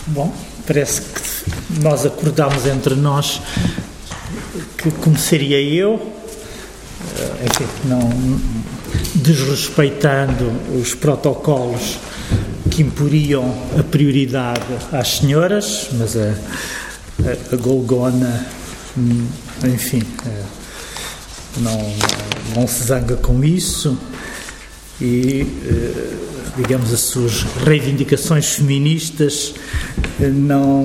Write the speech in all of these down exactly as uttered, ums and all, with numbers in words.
Bom, parece que nós acordámos entre nós que começaria eu, enfim, não desrespeitando os protocolos que imporiam a prioridade às senhoras, mas a, a, a Golgona, enfim, não, não se zanga com isso e, digamos, as suas reivindicações feministas não,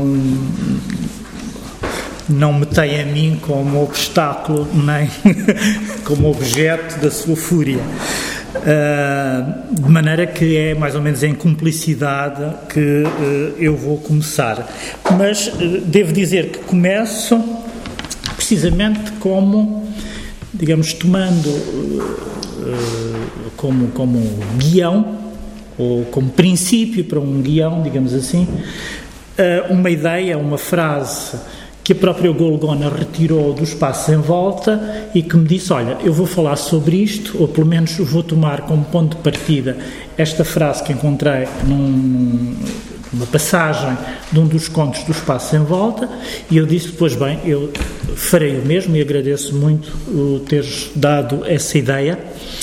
não me têm a mim como obstáculo nem como objeto da sua fúria. Uh, de maneira que é mais ou menos em cumplicidade que uh, eu vou começar. Mas uh, devo dizer que começo precisamente como, digamos, tomando uh, uh, como, como guião, ou como princípio para um guião, digamos assim, uh, uma ideia, uma frase que a própria Golgona retirou do espaço em volta e que me disse, olha, eu vou falar sobre isto, ou pelo menos vou tomar como ponto de partida esta frase que encontrei num, numa passagem de um dos contos do espaço em volta, e eu disse, pois bem, eu farei o mesmo e agradeço muito o teres dado essa ideia.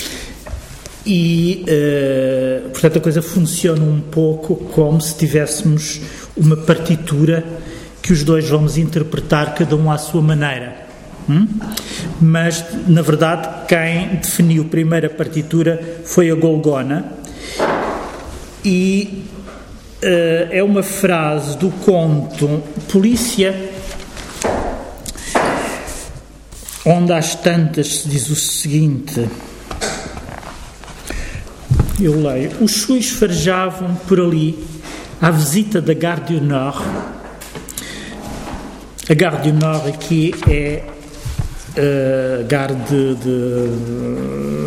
E, uh, portanto, a coisa funciona um pouco como se tivéssemos uma partitura que os dois vamos interpretar cada um à sua maneira. Hum? Mas, na verdade, quem definiu primeiro a partitura foi a Golgona. E uh, é uma frase do conto Polícia, onde às tantas se diz o seguinte, eu leio, os chuis farejavam por ali à visita da Gare du Nord. A Gare du Nord aqui é a uh, Gare de, de,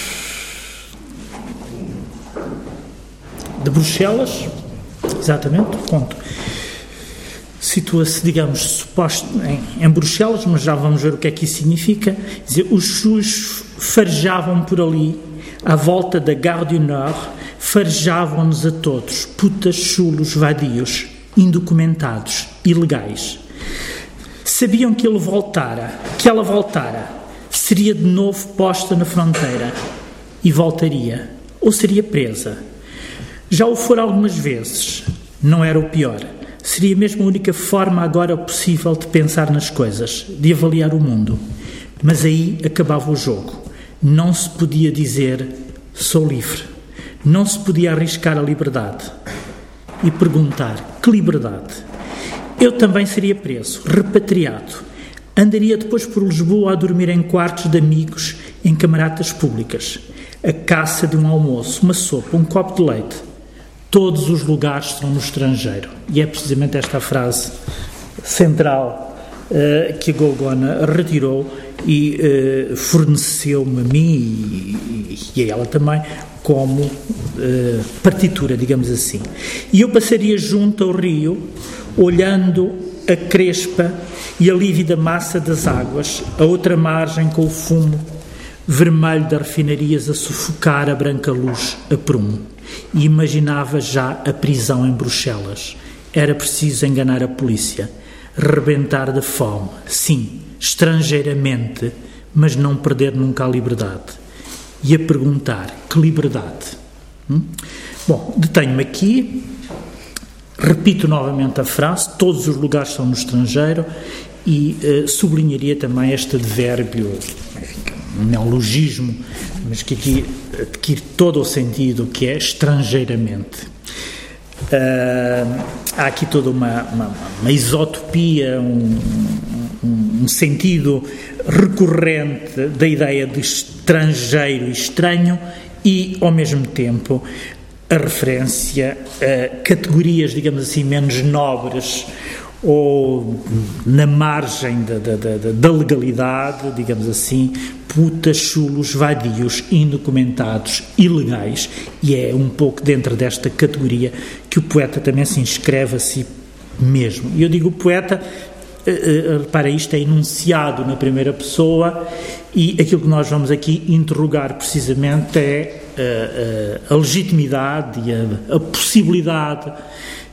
de Bruxelas, exatamente, ponto. Situa-se, digamos, suposto em, em Bruxelas, mas já vamos ver o que é que isso significa. Dizer, os chus farejavam por ali, à volta da Gare du Nord, farejavam-nos a todos, putas, chulos, vadios, indocumentados, ilegais. Sabiam que ele voltara, que ela voltara, seria de novo posta na fronteira e voltaria, ou seria presa. Já o fora algumas vezes, não era o pior. Seria mesmo a única forma agora possível de pensar nas coisas, de avaliar o mundo. Mas aí acabava o jogo. Não se podia dizer, sou livre. Não se podia arriscar a liberdade. E perguntar, que liberdade? Eu também seria preso, repatriado. Andaria depois por Lisboa a dormir em quartos de amigos, em camaradas públicas. A caça de um almoço, uma sopa, um copo de leite. Todos os lugares estão no estrangeiro. E é precisamente esta a frase central uh, que a Golgona retirou e uh, forneceu-me a mim e, e a ela também como uh, partitura, digamos assim. E eu passaria junto ao rio, olhando a crespa e a lívida massa das águas, a outra margem com o fumo vermelho das refinarias a sufocar a branca luz a prumo. E imaginava já a prisão em Bruxelas. Era preciso enganar a polícia, rebentar de fome, sim, estrangeiramente, mas não perder nunca a liberdade. E a perguntar, que liberdade? Hum? Bom, detenho-me aqui, repito novamente a frase, todos os lugares são no estrangeiro, e uh, sublinharia também este advérbio, enfim, um neologismo, mas que aqui adquire todo o sentido, que é estrangeiramente. Uh, há aqui toda uma, uma, uma isotopia, um, um, um sentido recorrente da ideia de estrangeiro e estranho e, ao mesmo tempo, a referência a categorias, digamos assim, menos nobres ou na margem da, da, da, da legalidade, digamos assim, putas, chulos, vadios, indocumentados, ilegais, e é um pouco dentro desta categoria que o poeta também se inscreve a si mesmo. E eu digo o poeta, repara, isto é enunciado na primeira pessoa, e aquilo que nós vamos aqui interrogar precisamente é a, a, a legitimidade e a, a possibilidade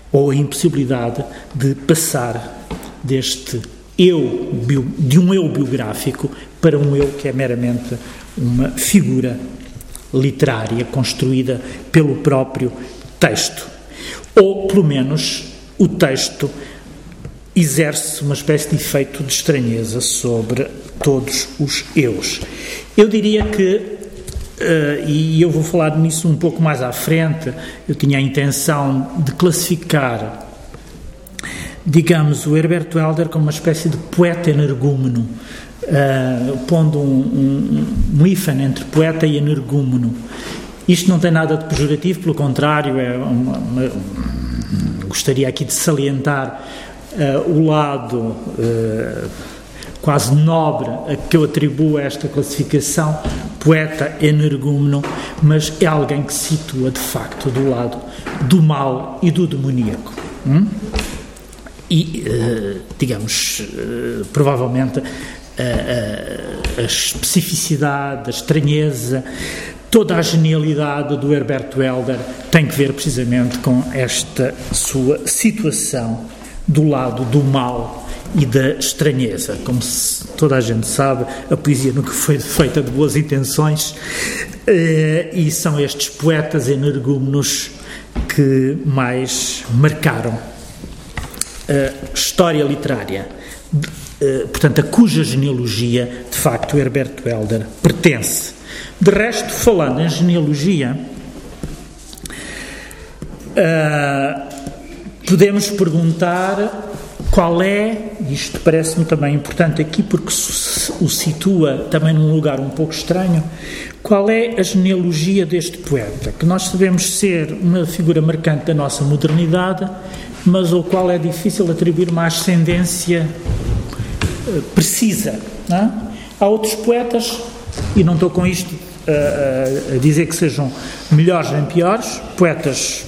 ou a impossibilidade de passar deste eu, de um eu biográfico para um eu que é meramente uma figura literária construída pelo próprio texto. Ou, pelo menos, o texto exerce uma espécie de efeito de estranheza sobre todos os eus. Eu diria que, uh, e eu vou falar nisso um pouco mais à frente, eu tinha a intenção de classificar, digamos, o Herberto Helder como uma espécie de poeta energúmeno, uh, pondo um, um, um hífen entre poeta e energúmeno. Isto não tem nada de pejorativo, pelo contrário, é uma, uma, gostaria aqui de salientar uh, o lado uh, quase nobre a que eu atribuo a esta classificação, poeta energúmeno, mas é alguém que se situa de facto do lado do mal e do demoníaco. Hum? E, uh, digamos, uh, provavelmente uh, uh, a especificidade, a estranheza, toda a genialidade do Herberto Helder tem que ver precisamente com esta sua situação do lado do mal e da estranheza. Como se toda a gente sabe, a poesia nunca foi feita de boas intenções, uh, e são estes poetas energúmenos que mais marcaram a história literária, uh, portanto, a cuja genealogia, de facto, o Herberto Helder pertence. De resto, falando em genealogia, uh, podemos perguntar qual é, isto parece-me também importante aqui, porque o situa também num lugar um pouco estranho, qual é a genealogia deste poeta, que nós sabemos ser uma figura marcante da nossa modernidade, mas ao qual é difícil atribuir uma ascendência uh, precisa. Não é? Há outros poetas, e não estou com isto uh, a dizer que sejam melhores nem piores, poetas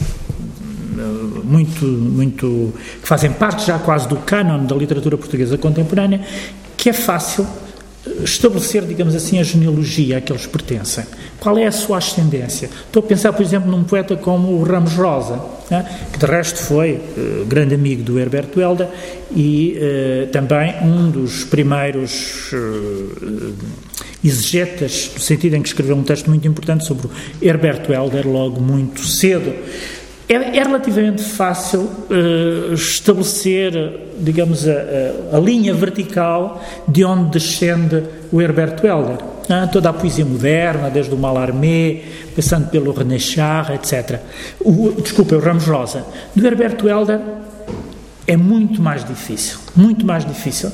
uh, muito, muito, que fazem parte já quase do cânon da literatura portuguesa contemporânea, que é fácil estabelecer, digamos assim, a genealogia a que eles pertencem. Qual é a sua ascendência? Estou a pensar, por exemplo, num poeta como o Ramos Rosa, né, que de resto foi uh, grande amigo do Herberto Helder e uh, também um dos primeiros uh, exegetas, no sentido em que escreveu um texto muito importante sobre o Herberto Helder logo muito cedo. É, é relativamente fácil uh, estabelecer, digamos, a, a, a linha vertical de onde descende o Herberto Helder. Ah, toda a poesia moderna, desde o Mallarmé, passando pelo René Char, etcétera. O, desculpa, o Ramos Rosa. Do Herberto Helder é muito mais difícil, muito mais difícil.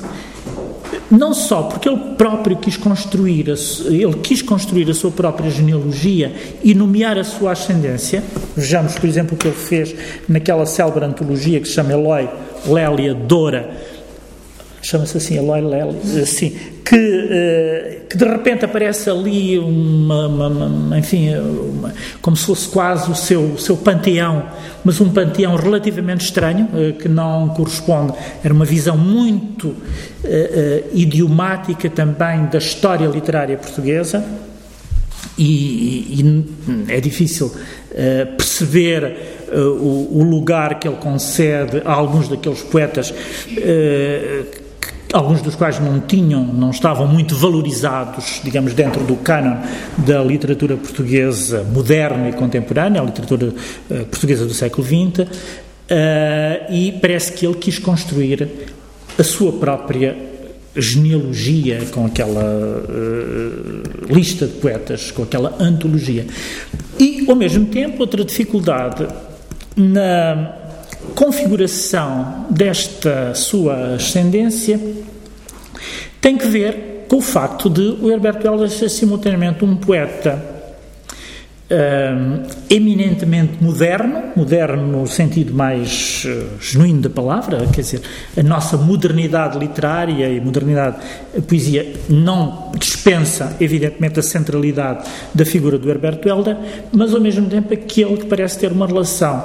Não só porque ele próprio quis construir, a, ele quis construir a sua própria genealogia e nomear a sua ascendência. Vejamos, por exemplo, o que ele fez naquela célebre antologia que se chama Eloi, Lélia, Dora, chama-se assim, Eloi, Lélia, assim, que, uh, que de repente aparece ali uma, uma, uma enfim, uma, como se fosse quase o seu, o seu panteão, mas um panteão relativamente estranho, uh, que não corresponde, era uma visão muito uh, uh, idiomática também da história literária portuguesa, e, e, e é difícil uh, perceber uh, o, o lugar que ele concede a alguns daqueles poetas, uh, alguns dos quais não tinham, não estavam muito valorizados, digamos, dentro do cânon da literatura portuguesa moderna e contemporânea, a literatura uh, portuguesa do século vinte, uh, e parece que ele quis construir a sua própria genealogia com aquela uh, lista de poetas, com aquela antologia. E, ao mesmo tempo, outra dificuldade na configuração desta sua ascendência tem que ver com o facto de o Herberto Helder ser simultaneamente um poeta um, eminentemente moderno, moderno no sentido mais uh, genuíno da palavra, quer dizer, a nossa modernidade literária e modernidade, a poesia não dispensa, evidentemente, a centralidade da figura do Herberto Helder, mas ao mesmo tempo aquele que parece ter uma relação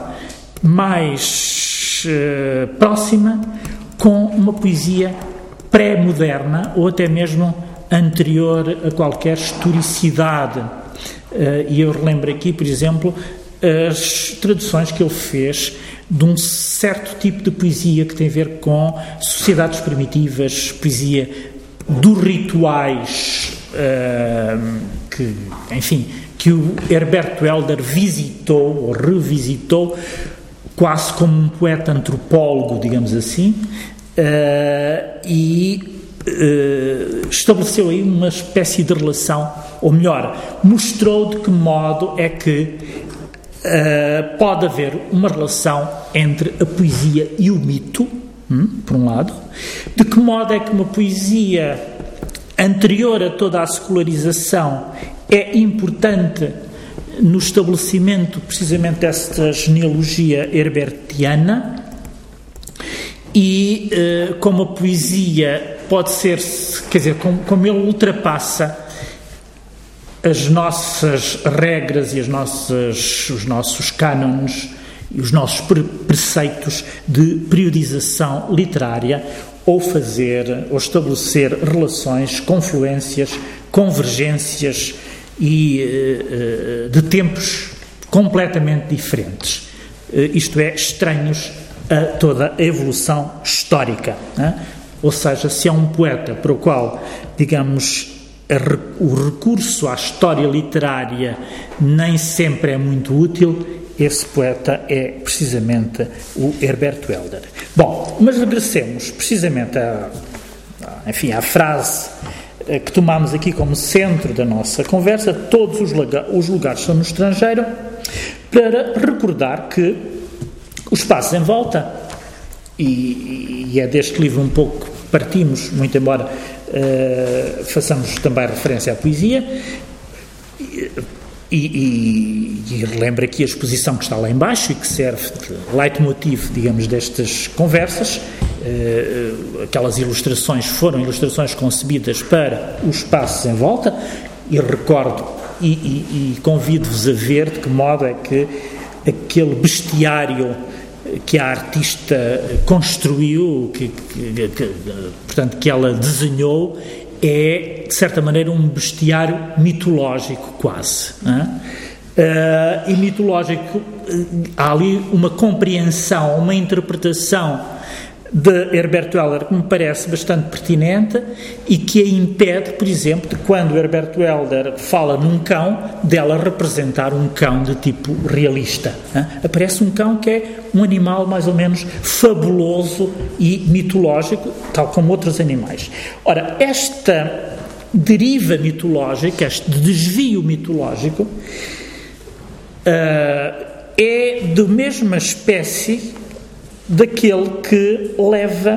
mais uh, próxima com uma poesia pré-moderna ou até mesmo anterior a qualquer historicidade. Uh, e eu relembro aqui, por exemplo, as traduções que ele fez de um certo tipo de poesia que tem a ver com sociedades primitivas, poesia dos rituais, uh, que, enfim, que o Herberto Helder visitou ou revisitou quase como um poeta antropólogo, digamos assim, uh, e Uh, estabeleceu aí uma espécie de relação, ou melhor, mostrou de que modo é que uh, pode haver uma relação entre a poesia e o mito, hum, por um lado, de que modo é que uma poesia anterior a toda a secularização é importante no estabelecimento precisamente desta genealogia herbertiana, e uh, como a poesia pode ser, quer dizer, como, como ele ultrapassa as nossas regras e as nossas, os nossos cânones e os nossos preceitos de periodização literária, ou fazer, ou estabelecer relações, confluências, convergências e uh, de tempos completamente diferentes, uh, isto é, estranhos a toda a evolução histórica, né? Ou seja, se há um poeta para o qual, digamos, o recurso à história literária nem sempre é muito útil, esse poeta é precisamente o Herberto Helder. Bom, mas regressemos precisamente à, enfim, à frase que tomámos aqui como centro da nossa conversa: todos os, lega- os lugares são no estrangeiro, para recordar que os passos em volta, e, e é deste livro um pouco partimos, muito embora uh, façamos também referência à poesia, e, e, e relembro aqui a exposição que está lá em baixo e que serve de leitmotiv, digamos, destas conversas. Uh, aquelas ilustrações foram ilustrações concebidas para os passos em volta, e recordo e, e, e convido-vos a ver de que modo é que aquele bestiário que a artista construiu, que, que, que, portanto, que ela desenhou, é, de certa maneira, um bestiário mitológico quase. Não é? Uh, e mitológico, há ali uma compreensão, uma interpretação de Herberto Helder que me parece bastante pertinente e que a impede, por exemplo, de quando Herberto Helder fala num cão, dela representar um cão de tipo realista. Hein? Aparece um cão que é um animal mais ou menos fabuloso e mitológico, tal como outros animais. Ora, esta deriva mitológica, este desvio mitológico, uh, é da mesma espécie daquele que leva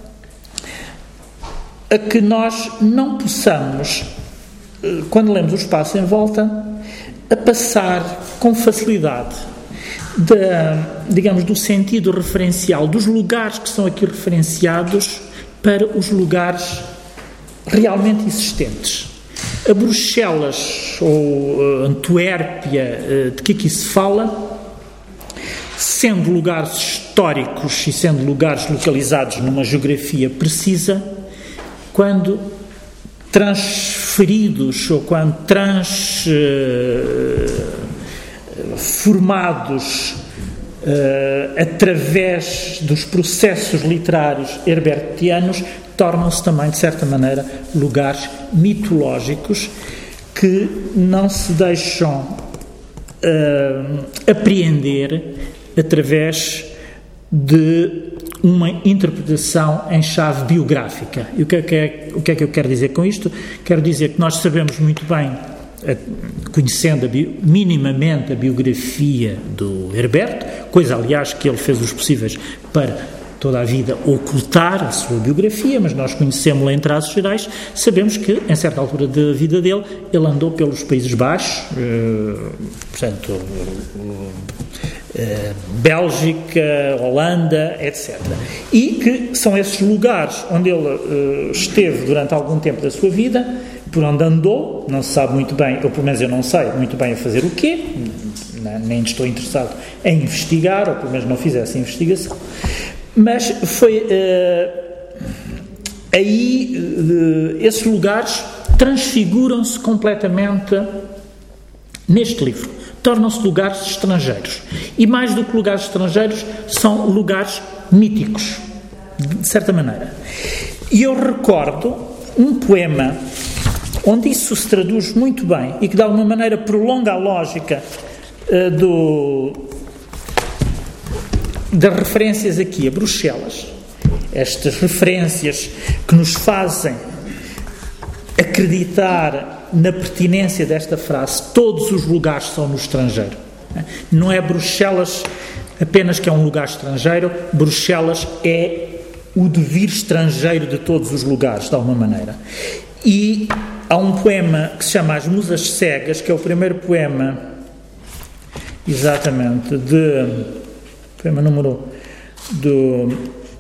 a que nós não possamos, quando lemos o espaço em volta, a passar com facilidade da, digamos, do sentido referencial dos lugares que são aqui referenciados para os lugares realmente existentes. A Bruxelas ou Antuérpia, de que aqui se fala, sendo lugares históricos e sendo lugares localizados numa geografia precisa, quando transferidos ou quando transformados uh, uh, através dos processos literários herbertianos, tornam-se também, de certa maneira, lugares mitológicos que não se deixam uh, apreender através de uma interpretação em chave biográfica. E o que é que, é, o que é que eu quero dizer com isto? Quero dizer que nós sabemos muito bem, conhecendo a bio, minimamente a biografia do Herberto, coisa, aliás, que ele fez os possíveis para toda a vida ocultar a sua biografia, mas nós conhecemos-la em traços gerais, sabemos que, em certa altura da vida dele, ele andou pelos Países Baixos, eh, portanto, eh, Bélgica, Holanda, etcétera. E que são esses lugares onde ele eh, esteve durante algum tempo da sua vida, por onde andou, não se sabe muito bem, ou pelo menos eu não sei muito bem a fazer o quê, nem estou interessado em investigar, ou pelo menos não fiz essa investigação. Mas foi uh, aí, uh, esses lugares transfiguram-se completamente neste livro. tornam-se lugares estrangeiros. E mais do que lugares estrangeiros, são lugares míticos, de certa maneira. E eu recordo um poema onde isso se traduz muito bem e que de alguma maneira prolonga a lógica uh, do, das referências aqui a Bruxelas. Estas referências que nos fazem acreditar na pertinência desta frase: todos os lugares são no estrangeiro. Não é Bruxelas apenas que é um lugar estrangeiro, Bruxelas é o devir estrangeiro de todos os lugares, de alguma maneira. E há um poema que se chama As Musas Cegas, que é o primeiro poema, exatamente, de... poema número... do...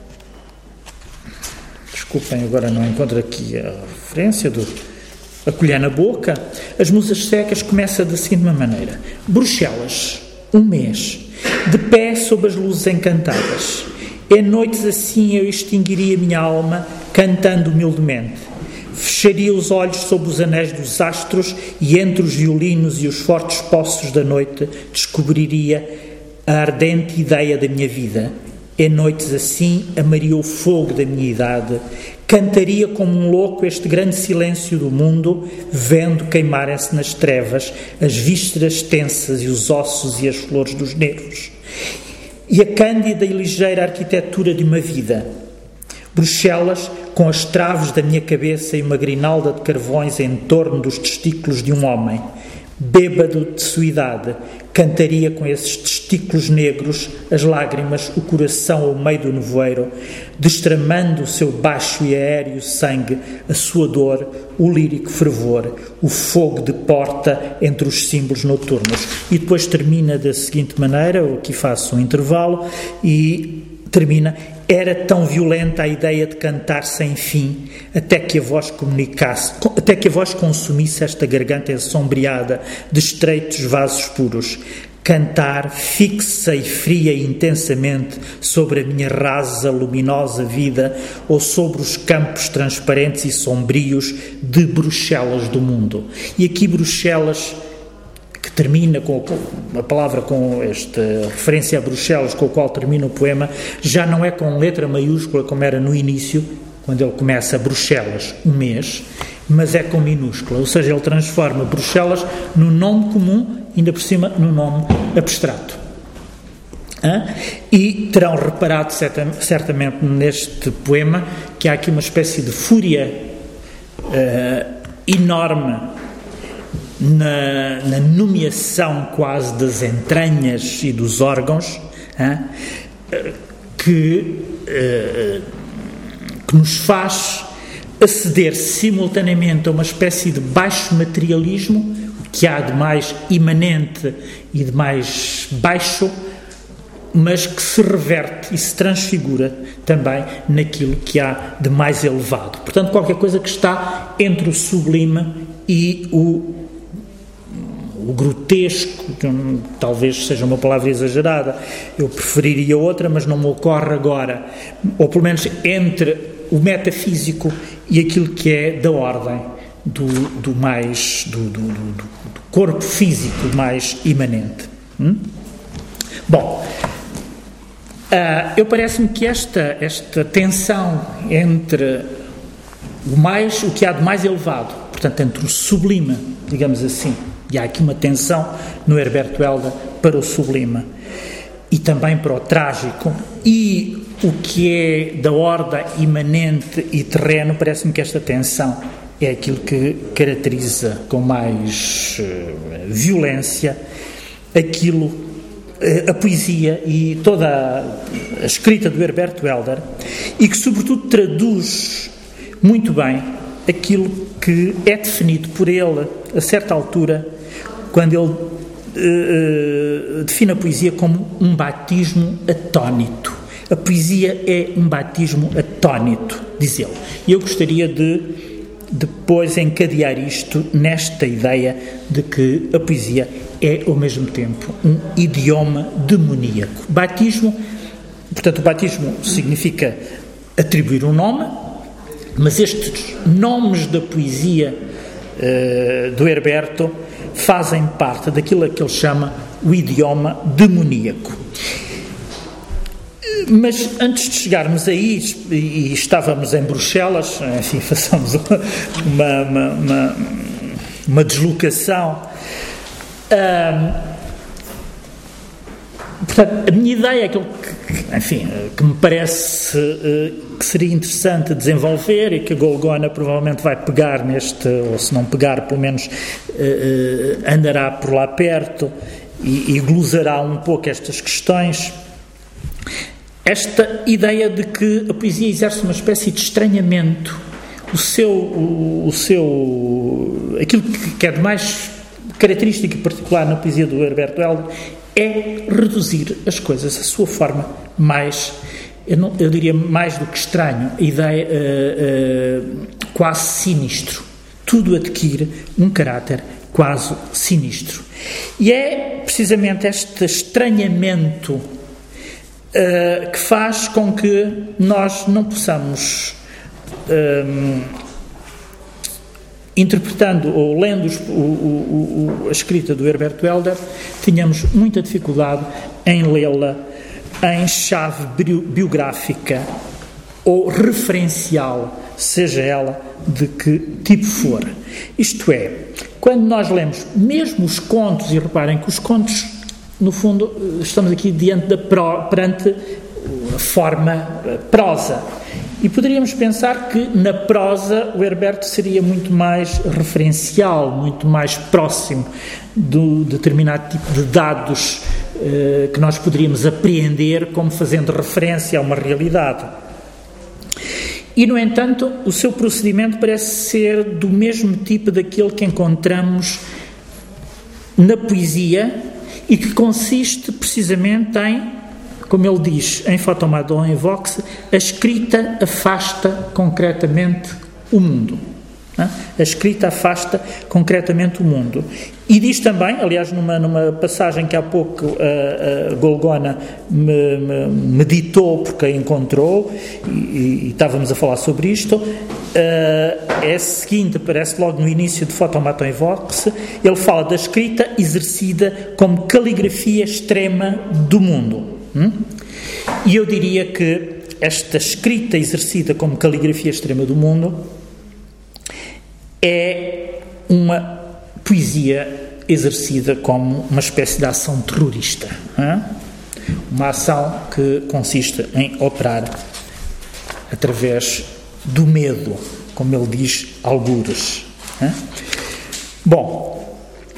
Desculpem, agora não encontro aqui a referência do... A colher na boca. As Musas Cegas começa da seguinte maneira: Bruxelas, um mês, de pé sob as luzes encantadas. Em noites assim eu extinguiria minha alma, cantando humildemente. Fecharia os olhos sob os anéis dos astros e entre os violinos e os fortes poços da noite descobriria a ardente ideia da minha vida. Em noites assim amaria o fogo da minha idade, cantaria como um louco este grande silêncio do mundo, vendo queimarem-se nas trevas as vísceras tensas e os ossos e as flores dos nervos. E a cândida e ligeira arquitetura de uma vida. Bruxelas, com as traves da minha cabeça e uma grinalda de carvões em torno dos testículos de um homem. Bêbado de sua idade, cantaria com esses testículos negros as lágrimas, o coração ao meio do nevoeiro, destramando o seu baixo e aéreo sangue, a sua dor, o lírico fervor, o fogo de porta entre os símbolos noturnos. E depois termina da seguinte maneira, eu aqui faço um intervalo, e termina: era tão violenta a ideia de cantar sem fim, até que a voz comunicasse, até que a voz consumisse esta garganta ensombreada de estreitos vasos puros. Cantar fixa e fria e intensamente sobre a minha rasa, luminosa vida, ou sobre os campos transparentes e sombrios de Bruxelas do mundo. E aqui Bruxelas, que termina com a palavra, com esta referência a Bruxelas, com a qual termina o poema, já não é com letra maiúscula como era no início, quando ele começa Bruxelas, um mês, mas é com minúscula, ou seja, ele transforma Bruxelas num nome comum, ainda por cima num nome abstrato. Hã? E terão reparado certamente neste poema que há aqui uma espécie de fúria uh, enorme Na, na nomeação quase das entranhas e dos órgãos, hein, que, eh, que nos faz aceder simultaneamente a uma espécie de baixo materialismo, o que há de mais imanente e de mais baixo, mas que se reverte e se transfigura também naquilo que há de mais elevado. Portanto, qualquer coisa que está entre o sublime e o o grotesco, talvez seja uma palavra exagerada, eu preferiria outra, mas não me ocorre agora, ou pelo menos entre o metafísico e aquilo que é da ordem do, do mais do, do, do, do corpo físico mais imanente. Hum? Bom, uh, eu parece-me que esta, esta tensão entre o mais, o que há de mais elevado, portanto entre o sublime, digamos assim, e há aqui uma tensão no Herberto Helder para o sublime e também para o trágico, e o que é da ordem imanente e terreno, parece-me que esta tensão é aquilo que caracteriza com mais uh, violência aquilo, uh, a poesia e toda a, a escrita do Herberto Helder, e que sobretudo traduz muito bem aquilo que é definido por ele a certa altura, quando ele uh, define a poesia como um batismo atónito. A poesia é um batismo atónito, diz ele. E eu gostaria de depois encadear isto nesta ideia de que a poesia é, ao mesmo tempo, um idioma demoníaco. Batismo, portanto, o batismo significa atribuir um nome, mas estes nomes da poesia uh, do Herberto fazem parte daquilo que ele chama o idioma demoníaco. Mas antes de chegarmos aí, e estávamos em Bruxelas, enfim, façamos uma, uma, uma, uma deslocação. Um, portanto, a minha ideia é que, enfim, que me parece uh, que seria interessante desenvolver e que a Golgona provavelmente vai pegar neste, ou se não pegar, pelo menos uh, uh, andará por lá perto e, e glosará um pouco estas questões. Esta ideia de que a poesia exerce uma espécie de estranhamento, o seu, o, o seu, aquilo que é de mais característico e particular na poesia do Herberto Helder é reduzir as coisas à sua forma mais, eu, não, eu diria mais do que estranho, a ideia uh, uh, quase sinistro. Tudo adquire um caráter quase sinistro. E é precisamente este estranhamento Uh, que faz com que nós não possamos, um, interpretando ou lendo os, o, o, o, a escrita do Herberto Helder, tínhamos muita dificuldade em lê-la em chave biográfica ou referencial, seja ela de que tipo for. Isto é, quando nós lemos mesmo os contos, e reparem que os contos, no fundo, estamos aqui diante da pro, perante a forma prosa. E poderíamos pensar que na prosa o Herberto seria muito mais referencial, muito mais próximo do determinado tipo de dados eh, que nós poderíamos apreender como fazendo referência a uma realidade. E, no entanto, o seu procedimento parece ser do mesmo tipo daquele que encontramos na poesia, e que consiste precisamente em, como ele diz em Photomadon em Vox, a escrita afasta concretamente o mundo. Não? A escrita afasta concretamente o mundo. E diz também, aliás, numa, numa passagem que há pouco a, a Golgona me, me, me ditou porque a encontrou, e, e, e estávamos a falar sobre isto, uh, é a seguinte, aparece logo no início de Photomaton e Vox, ele fala da escrita exercida como caligrafia extrema do mundo. Hum? E eu diria que esta escrita exercida como caligrafia extrema do mundo é uma poesia exercida como uma espécie de ação terrorista. Hein? Uma ação que consiste em operar através do medo, como ele diz, algures. Hein? Bom,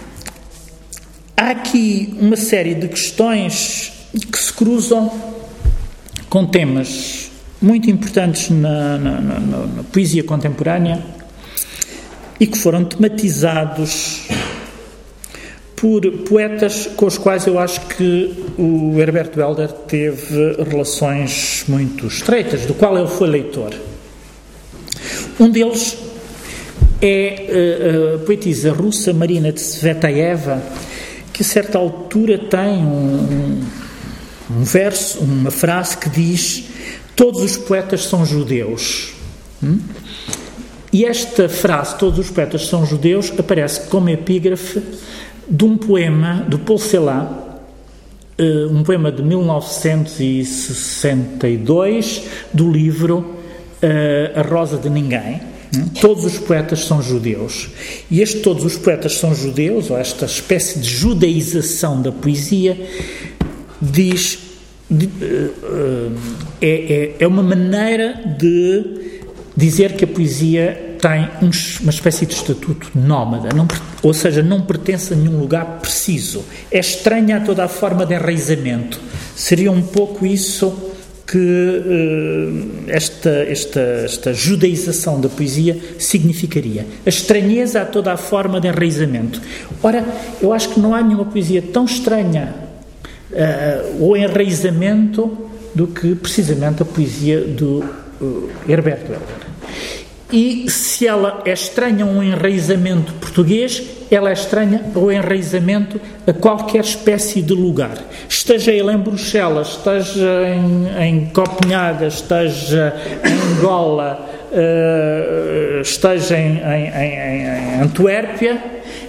há aqui uma série de questões que se cruzam com temas muito importantes na, na, na, na poesia contemporânea e que foram tematizados por poetas com os quais eu acho que o Herberto Helder teve relações muito estreitas, do qual ele foi leitor. Um deles é a, a poetisa russa Marina Tsvetaeva, que a certa altura tem um, um verso, uma frase que diz: todos os poetas são judeus. Hum? E esta frase, todos os poetas são judeus, aparece como epígrafe de um poema do Paul Celan, um poema de mil novecentos e sessenta e dois, do livro A Rosa de Ninguém. Todos os poetas são judeus. E este todos os poetas são judeus, ou esta espécie de judaização da poesia, diz, de, é, é, é uma maneira de dizer que a poesia tem um, uma espécie de estatuto nómada, não, ou seja, não pertence a nenhum lugar preciso. É estranha a toda a forma de enraizamento. Seria um pouco isso que uh, esta, esta, esta judaização da poesia significaria. A estranheza a toda a forma de enraizamento. Ora, eu acho que não há nenhuma poesia tão estranha uh, ou enraizamento do que precisamente a poesia do uh, Herberto Helder. E se ela é estranha a um enraizamento português, ela é estranha ao enraizamento a qualquer espécie de lugar. Esteja ele em Bruxelas, esteja em, em Copenhaga, esteja em Angola, uh, esteja em, em, em, em Antuérpia,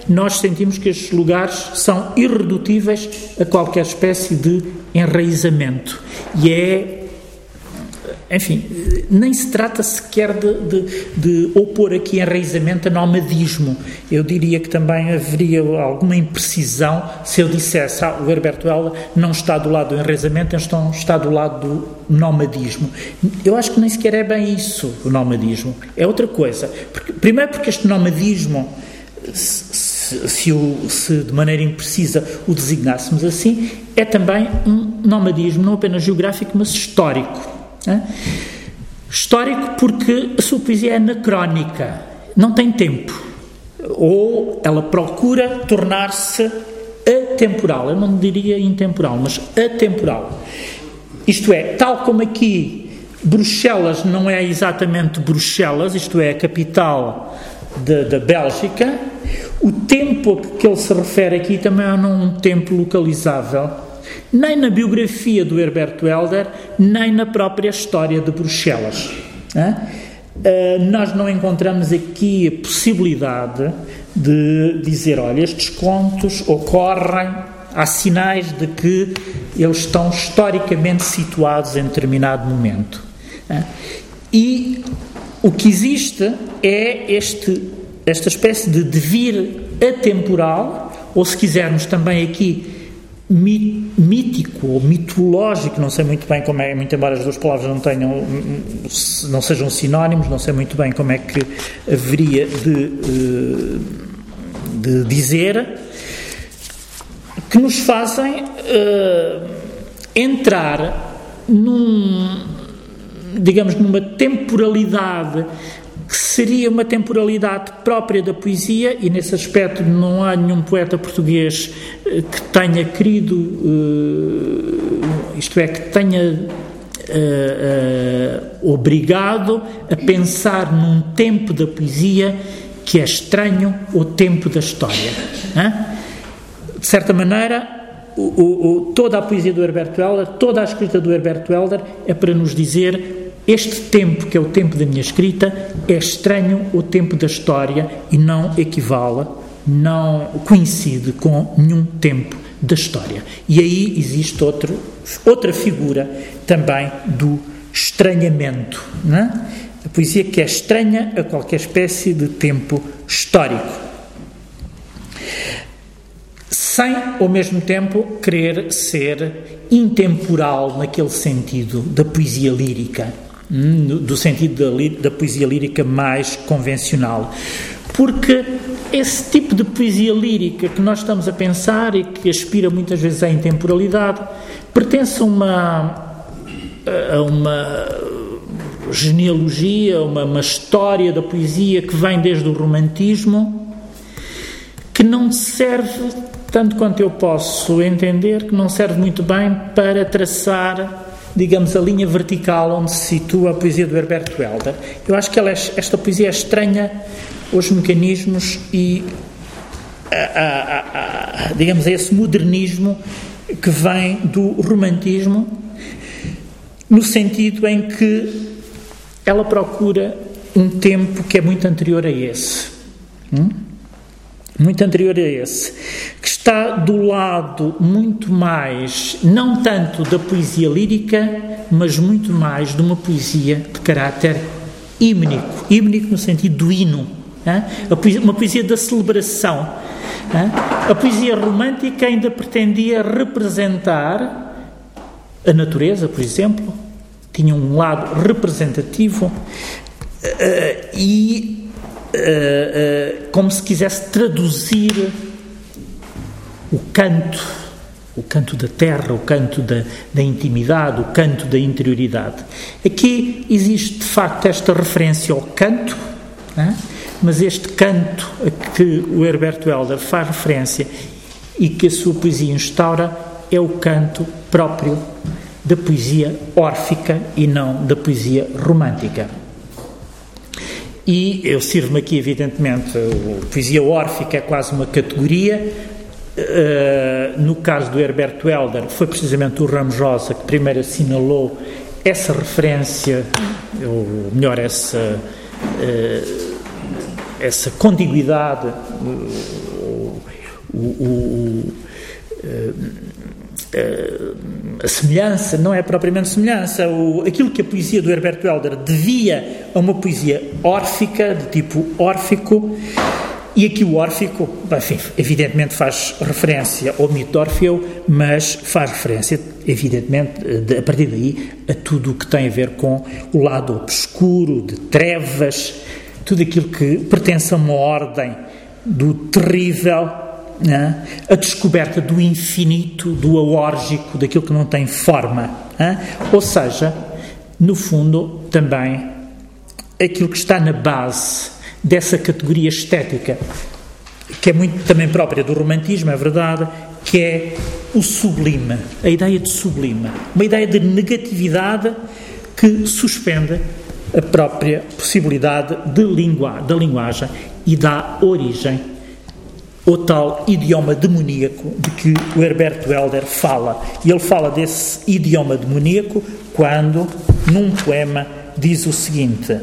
nós sentimos que estes lugares são irredutíveis a qualquer espécie de enraizamento. E é, enfim, nem se trata sequer de, de, de opor aqui enraizamento a nomadismo. Eu diria que também haveria alguma imprecisão se eu dissesse ah, o Herberto Helder não está do lado do enraizamento, então está do lado do nomadismo. Eu acho que nem sequer é bem isso, o nomadismo. É outra coisa. Porque, primeiro porque este nomadismo, se, se, o, se de maneira imprecisa o designássemos assim, é também um nomadismo não apenas geográfico, mas histórico. É? Histórico porque a sua poesia é anacrónica, não tem tempo, ou ela procura tornar-se atemporal. Eu não diria intemporal, mas atemporal. Isto é, tal como aqui Bruxelas não é exatamente Bruxelas, isto é, a capital de, da Bélgica, o tempo a que ele se refere aqui também é não um tempo localizável, nem na biografia do Herberto Helder, nem na própria história de Bruxelas. Uh, nós não encontramos aqui a possibilidade de dizer, olha, estes contos ocorrem, há sinais de que eles estão historicamente situados em determinado momento. Uh, e o que existe é este, esta espécie de devir atemporal, ou se quisermos também aqui, mítico ou mitológico, não sei muito bem como é, muito embora as duas palavras não tenham, não sejam sinónimos, não sei muito bem como é que haveria de, de dizer, que nos fazem uh, entrar num, digamos, numa temporalidade que seria uma temporalidade própria da poesia, e nesse aspecto não há nenhum poeta português que tenha querido, uh, isto é, que tenha uh, uh, obrigado a pensar num tempo da poesia que é estranho ao tempo da história. Hein? De certa maneira, o, o, o, toda a poesia do Herberto Helder, toda a escrita do Herberto Helder é para nos dizer: este tempo, que é o tempo da minha escrita, é estranho ao tempo da história e não equivale, não coincide com nenhum tempo da história. E aí existe outro, outra figura também do estranhamento, não é? A poesia que é estranha a qualquer espécie de tempo histórico, sem, ao mesmo tempo, querer ser intemporal naquele sentido da poesia lírica, do sentido da, da poesia lírica mais convencional. Porque esse tipo de poesia lírica que nós estamos a pensar e que aspira muitas vezes à intemporalidade pertence a uma, a uma genealogia, uma, uma história da poesia que vem desde o romantismo, que não serve, tanto quanto eu posso entender, que não serve muito bem para traçar, digamos, a linha vertical onde se situa a poesia do Herberto Helder. Eu acho que ela é, esta poesia é estranha aos mecanismos e, a, a, a, a, digamos, a esse modernismo que vem do romantismo, no sentido em que ela procura um tempo que é muito anterior a esse. Hum? Muito anterior a esse, que está do lado muito mais, não tanto da poesia lírica, mas muito mais de uma poesia de caráter hímnico, hímnico no sentido do hino, hein? A poesia, uma poesia da celebração. Hein? A poesia romântica ainda pretendia representar a natureza, por exemplo, tinha um lado representativo uh, e Uh, uh, como se quisesse traduzir o canto, o canto da terra, o canto da, da intimidade, o canto da interioridade. Aqui existe, de facto, esta referência ao canto, né? Mas este canto a que o Herberto Helder faz referência e que a sua poesia instaura é o canto próprio da poesia órfica e não da poesia romântica. E eu sirvo-me aqui, evidentemente, a poesia órfica é quase uma categoria. Uh, no caso do Herberto Helder, foi precisamente o Ramos Rosa que primeiro assinalou essa referência, ou melhor, essa, uh, essa contiguidade, uh, o, o, a semelhança, não é propriamente semelhança, o, aquilo que a poesia do Herbert Welder devia a uma poesia órfica, de tipo órfico, e aqui o órfico, enfim, evidentemente faz referência ao mito de Orfeu, mas faz referência, evidentemente, de, a partir daí, a tudo o que tem a ver com o lado obscuro, de trevas, tudo aquilo que pertence a uma ordem do terrível, né? A descoberta do infinito, do aórgico, daquilo que não tem forma. Né? Ou seja, no fundo, também, aquilo que está na base dessa categoria estética, que é muito também própria do romantismo, é verdade, que é o sublime, a ideia de sublime, uma ideia de negatividade que suspende a própria possibilidade de língua, da linguagem e dá origem ao tal idioma demoníaco de que o Herbert Welder fala. E ele fala desse idioma demoníaco quando, num poema, diz o seguinte: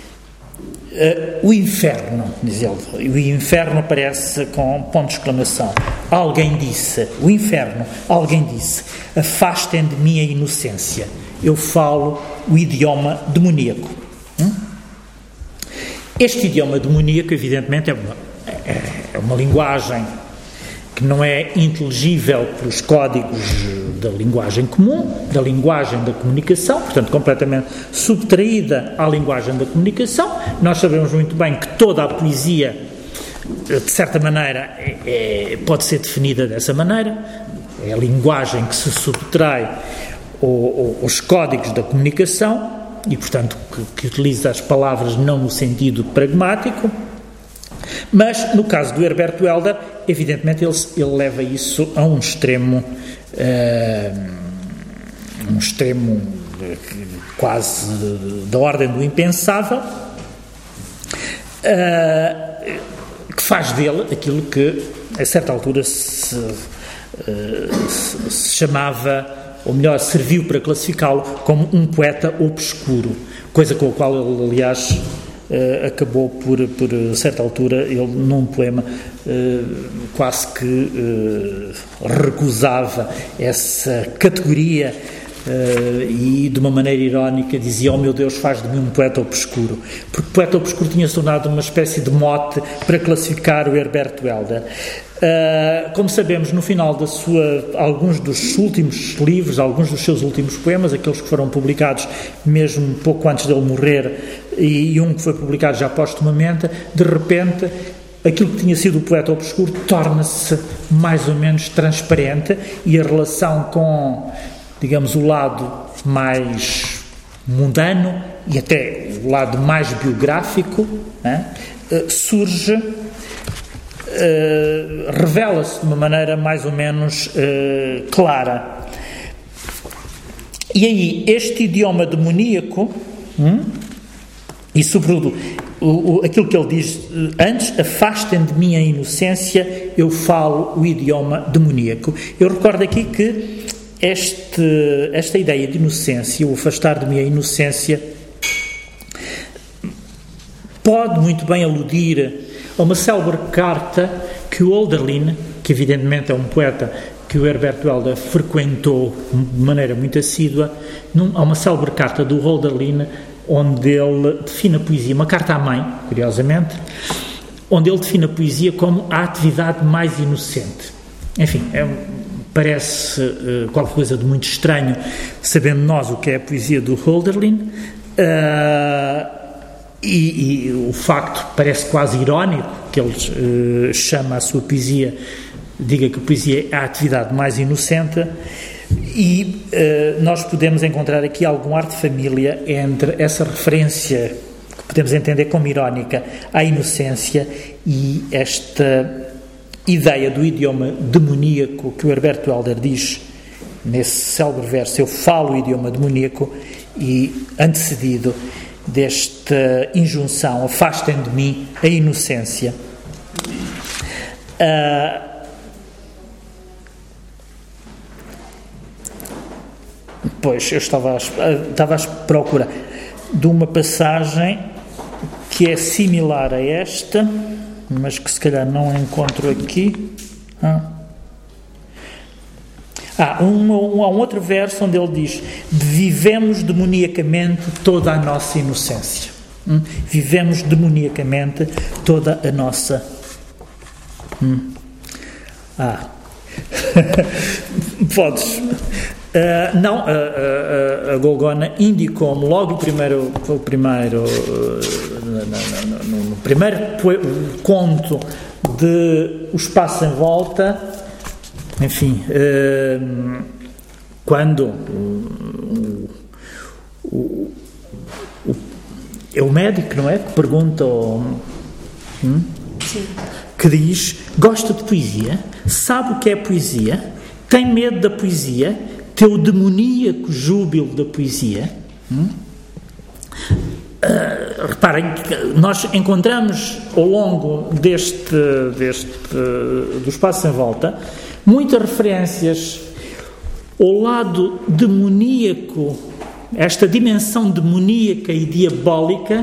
Uh, o inferno, diz ele, o inferno aparece com ponto de exclamação. Alguém disse, o inferno, alguém disse, afastem de mim a inocência, eu falo o idioma demoníaco. Hum? Este idioma demoníaco, evidentemente, é uma, é uma linguagem que não é inteligível pelos códigos da linguagem comum, da linguagem da comunicação, portanto, completamente subtraída à linguagem da comunicação. Nós sabemos muito bem que toda a poesia, de certa maneira, é, é, pode ser definida dessa maneira. É a linguagem que se subtrai ao, ao, aos códigos da comunicação e, portanto, que, que utiliza as palavras não no sentido pragmático. Mas, no caso do Herbert Welder, evidentemente ele, ele leva isso a um extremo, uh, um extremo uh, quase da ordem do impensável, uh, que faz dele aquilo que, a certa altura, se, uh, se, se chamava, ou melhor, serviu para classificá-lo como um poeta obscuro, coisa com a qual ele, aliás, Uh, acabou por, por certa altura, ele num poema uh, quase que uh, recusava essa categoria uh, e de uma maneira irónica dizia: oh meu Deus, faz de mim um poeta obscuro, porque poeta obscuro tinha se tornado uma espécie de mote para classificar o Herbert Welder. Uh, como sabemos, no final da sua, alguns dos últimos livros, alguns dos seus últimos poemas, aqueles que foram publicados mesmo pouco antes dele morrer, e, e um que foi publicado já postumamente, de repente aquilo que tinha sido o poeta obscuro torna-se mais ou menos transparente e a relação com, digamos, o lado mais mundano e até o lado mais biográfico, né, uh, surge. Uh, revela-se de uma maneira mais ou menos uh, clara. E aí, este idioma demoníaco, hum, e sobretudo o, o, aquilo que ele diz uh, antes, afastem de mim a inocência, eu falo o idioma demoníaco. Eu recordo aqui que este, esta ideia de inocência, o afastar de mim a inocência, pode muito bem aludir a uma célebre carta que o Hölderlin, que evidentemente é um poeta que o Herbert Welder frequentou de maneira muito assídua, num, há uma célebre carta do Hölderlin onde ele define a poesia, uma carta à mãe, curiosamente, onde ele define a poesia como a atividade mais inocente. Enfim, é, parece uh, qualquer coisa de muito estranho, sabendo nós o que é a poesia do Hölderlin. Uh, E, e o facto parece quase irónico que ele uh, chama a sua poesia, diga que a poesia é a atividade mais inocente, e uh, nós podemos encontrar aqui algum ar de família entre essa referência que podemos entender como irónica à inocência e esta ideia do idioma demoníaco que o Herbert Welder diz nesse célebre verso: eu falo o idioma demoníaco, e antecedido desta injunção, afastem de mim a inocência. Uh, pois, eu estava à, estava à procura de uma passagem que é similar a esta, mas que se calhar não encontro aqui. Ah, ah um, um, há um outro verso onde ele diz: vivemos demoniacamente toda a nossa inocência. Hum? Vivemos demoniacamente toda a nossa... Hum. Ah... Podes. Uh, não, uh, uh, a Gorgona indicou-me logo o primeiro, o primeiro uh, no, no, no, no primeiro conto de O Espaço em Volta, enfim, uh, quando uh, o, o, o, é o médico, não é? Que pergunta ao, hum? Sim. Que diz: gosta de poesia, sabe o que é poesia, tem medo da poesia, tem o demoníaco júbilo da poesia. Hum? Uh, reparem, nós encontramos ao longo deste, deste uh, do Espaço em Volta muitas referências ao lado demoníaco, esta dimensão demoníaca e diabólica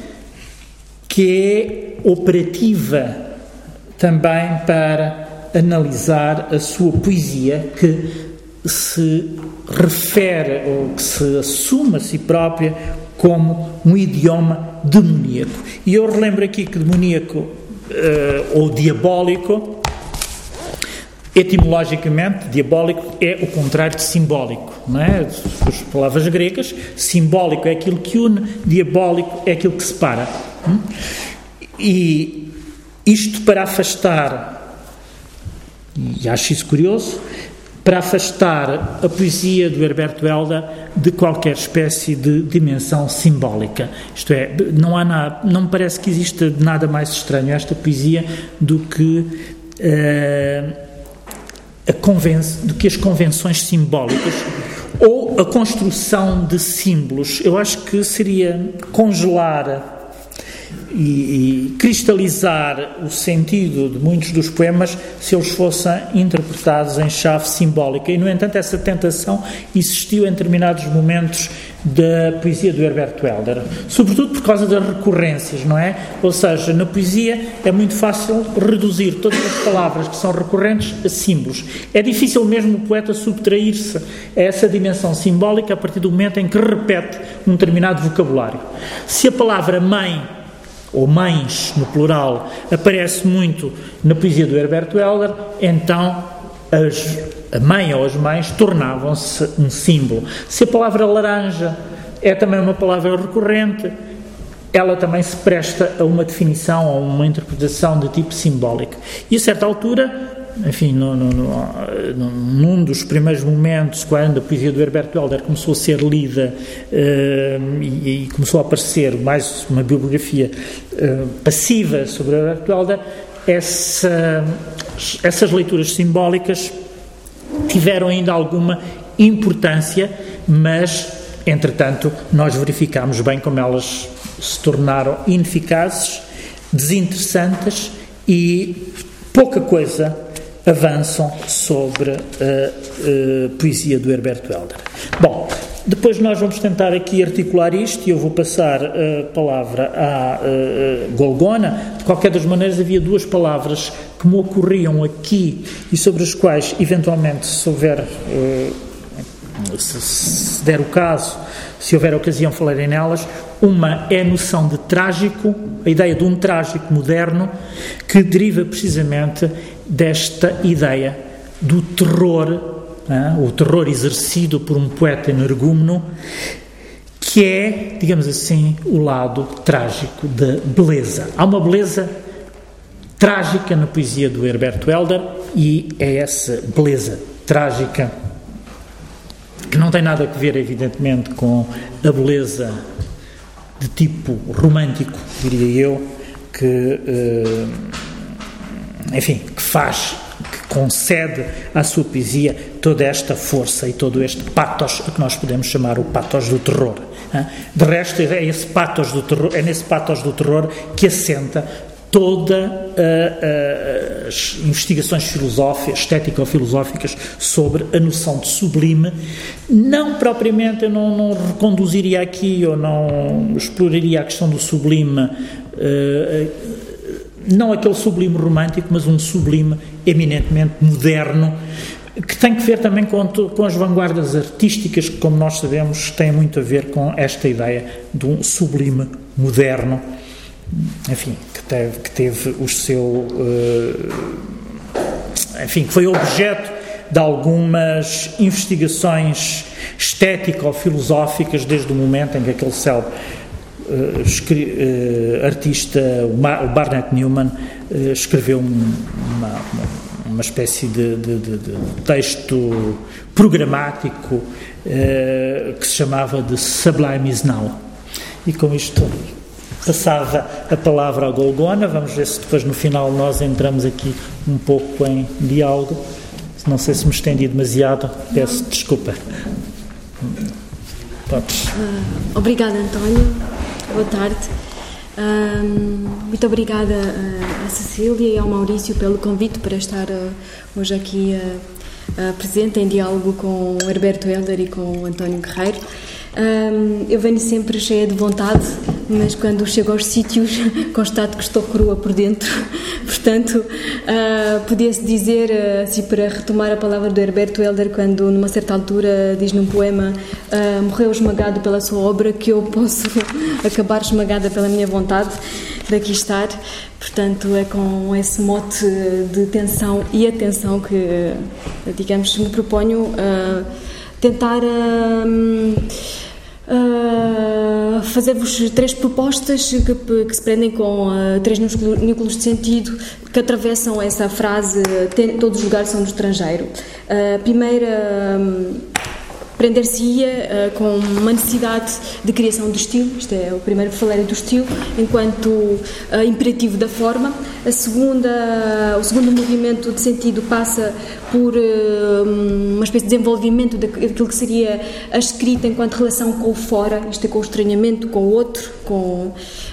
que é operativa também para analisar a sua poesia, que se refere ou que se assume a si própria como um idioma demoníaco. E eu relembro aqui que demoníaco uh, ou diabólico, etimologicamente, diabólico é o contrário de simbólico, não é? As palavras gregas, simbólico é aquilo que une, diabólico é aquilo que separa. Hum? E isto para afastar, e acho isso curioso, para afastar a poesia do Herberto Helder de qualquer espécie de dimensão simbólica. Isto é, não há nada, não me parece que exista nada mais estranho a esta poesia do que, uh, a conven- do que as convenções simbólicas ou a construção de símbolos. Eu acho que seria congelar E, e cristalizar o sentido de muitos dos poemas se eles fossem interpretados em chave simbólica. E, no entanto, essa tentação existiu em determinados momentos da poesia do Herberto Helder, sobretudo por causa das recorrências, não é? Ou seja, na poesia é muito fácil reduzir todas as palavras que são recorrentes a símbolos. É difícil mesmo o poeta subtrair-se a essa dimensão simbólica a partir do momento em que repete um determinado vocabulário. Se a palavra mãe ou mães, no plural, aparece muito na poesia do Herberto Helder, então as, a mãe ou as mães tornavam-se um símbolo. Se a palavra laranja é também uma palavra recorrente, ela também se presta a uma definição ou uma interpretação de tipo simbólico. E a certa altura, enfim, no, no, no, num dos primeiros momentos, quando a poesia do Herberto Helder começou a ser lida uh, e, e começou a aparecer mais uma bibliografia uh, passiva sobre o Herberto Helder, essa, essas leituras simbólicas tiveram ainda alguma importância, mas, entretanto, nós verificámos bem como elas se tornaram ineficazes, desinteressantes e pouca coisa avançam sobre a, a poesia do Herberto Helder. Bom, depois nós vamos tentar aqui articular isto e eu vou passar a palavra à, à Gorgona. De qualquer das maneiras, havia duas palavras que me ocorriam aqui e sobre as quais, eventualmente, se houver, se, se der o caso, se houver ocasião, falarem nelas. Uma é a noção de trágico, a ideia de um trágico moderno, que deriva precisamente desta ideia do terror, hein, o terror exercido por um poeta energúmeno, que é, digamos assim, o lado trágico da beleza. Há uma beleza trágica na poesia do Herberto Helder e é essa beleza trágica que não tem nada a ver, evidentemente, com a beleza de tipo romântico, diria eu, que, enfim, que faz, que concede à sua poesia toda esta força e todo este patos, que nós podemos chamar o patos do terror. De resto, é esse patos do terror, é nesse patos do terror que assenta todas uh, as investigações filosóficas, estético-filosóficas sobre a noção de sublime. Não propriamente, eu não, não reconduziria aqui ou não exploraria a questão do sublime uh, não aquele sublime romântico, mas um sublime eminentemente moderno, que tem que ver também com, com as vanguardas artísticas, que, como nós sabemos, têm muito a ver com esta ideia de um sublime moderno, enfim, que teve, que teve o seu... Uh, enfim, que foi objeto de algumas investigações estético-filosóficas desde o momento em que aquele célebre uh, escri, uh, artista, o, Ma, o Barnett Newman, uh, escreveu um, uma... uma uma espécie de, de, de, de texto programático eh, que se chamava de Sublime is Now. E com isto passava a palavra à Golgona. Vamos ver se depois no final nós entramos aqui um pouco em diálogo. Não sei se me estendi demasiado, peço Não. desculpa. Podes. Uh, obrigada, António. Boa tarde. Um, muito obrigada a, a Cecília e ao Maurício pelo convite para estar uh, hoje aqui uh, uh, presente em diálogo com o Herberto Helder e com o António Guerreiro. Um, eu venho sempre cheia de vontade, mas quando chego aos sítios constato que estou crua por dentro. Portanto, uh, podia-se dizer, uh, assim, para retomar a palavra do Herberto Helder, quando numa certa altura diz num poema uh, morreu esmagado pela sua obra, que eu posso acabar esmagada pela minha vontade de aqui estar. Portanto, é com esse mote de tensão e atenção que, digamos, me proponho uh, tentar... Uh, Uh, fazer-vos três propostas que, que se prendem com uh, três núcleos de sentido que atravessam essa frase tem, todos os lugares são do estrangeiro. A uh, primeira um, prender-se-ia uh, com uma necessidade de criação do estilo, isto é o primeiro faleiro do estilo, enquanto uh, imperativo da forma. A segunda, o segundo movimento de sentido passa por uh, uma espécie de desenvolvimento daquilo que seria a escrita enquanto relação com o fora, isto é, com o estranhamento, com o outro, com,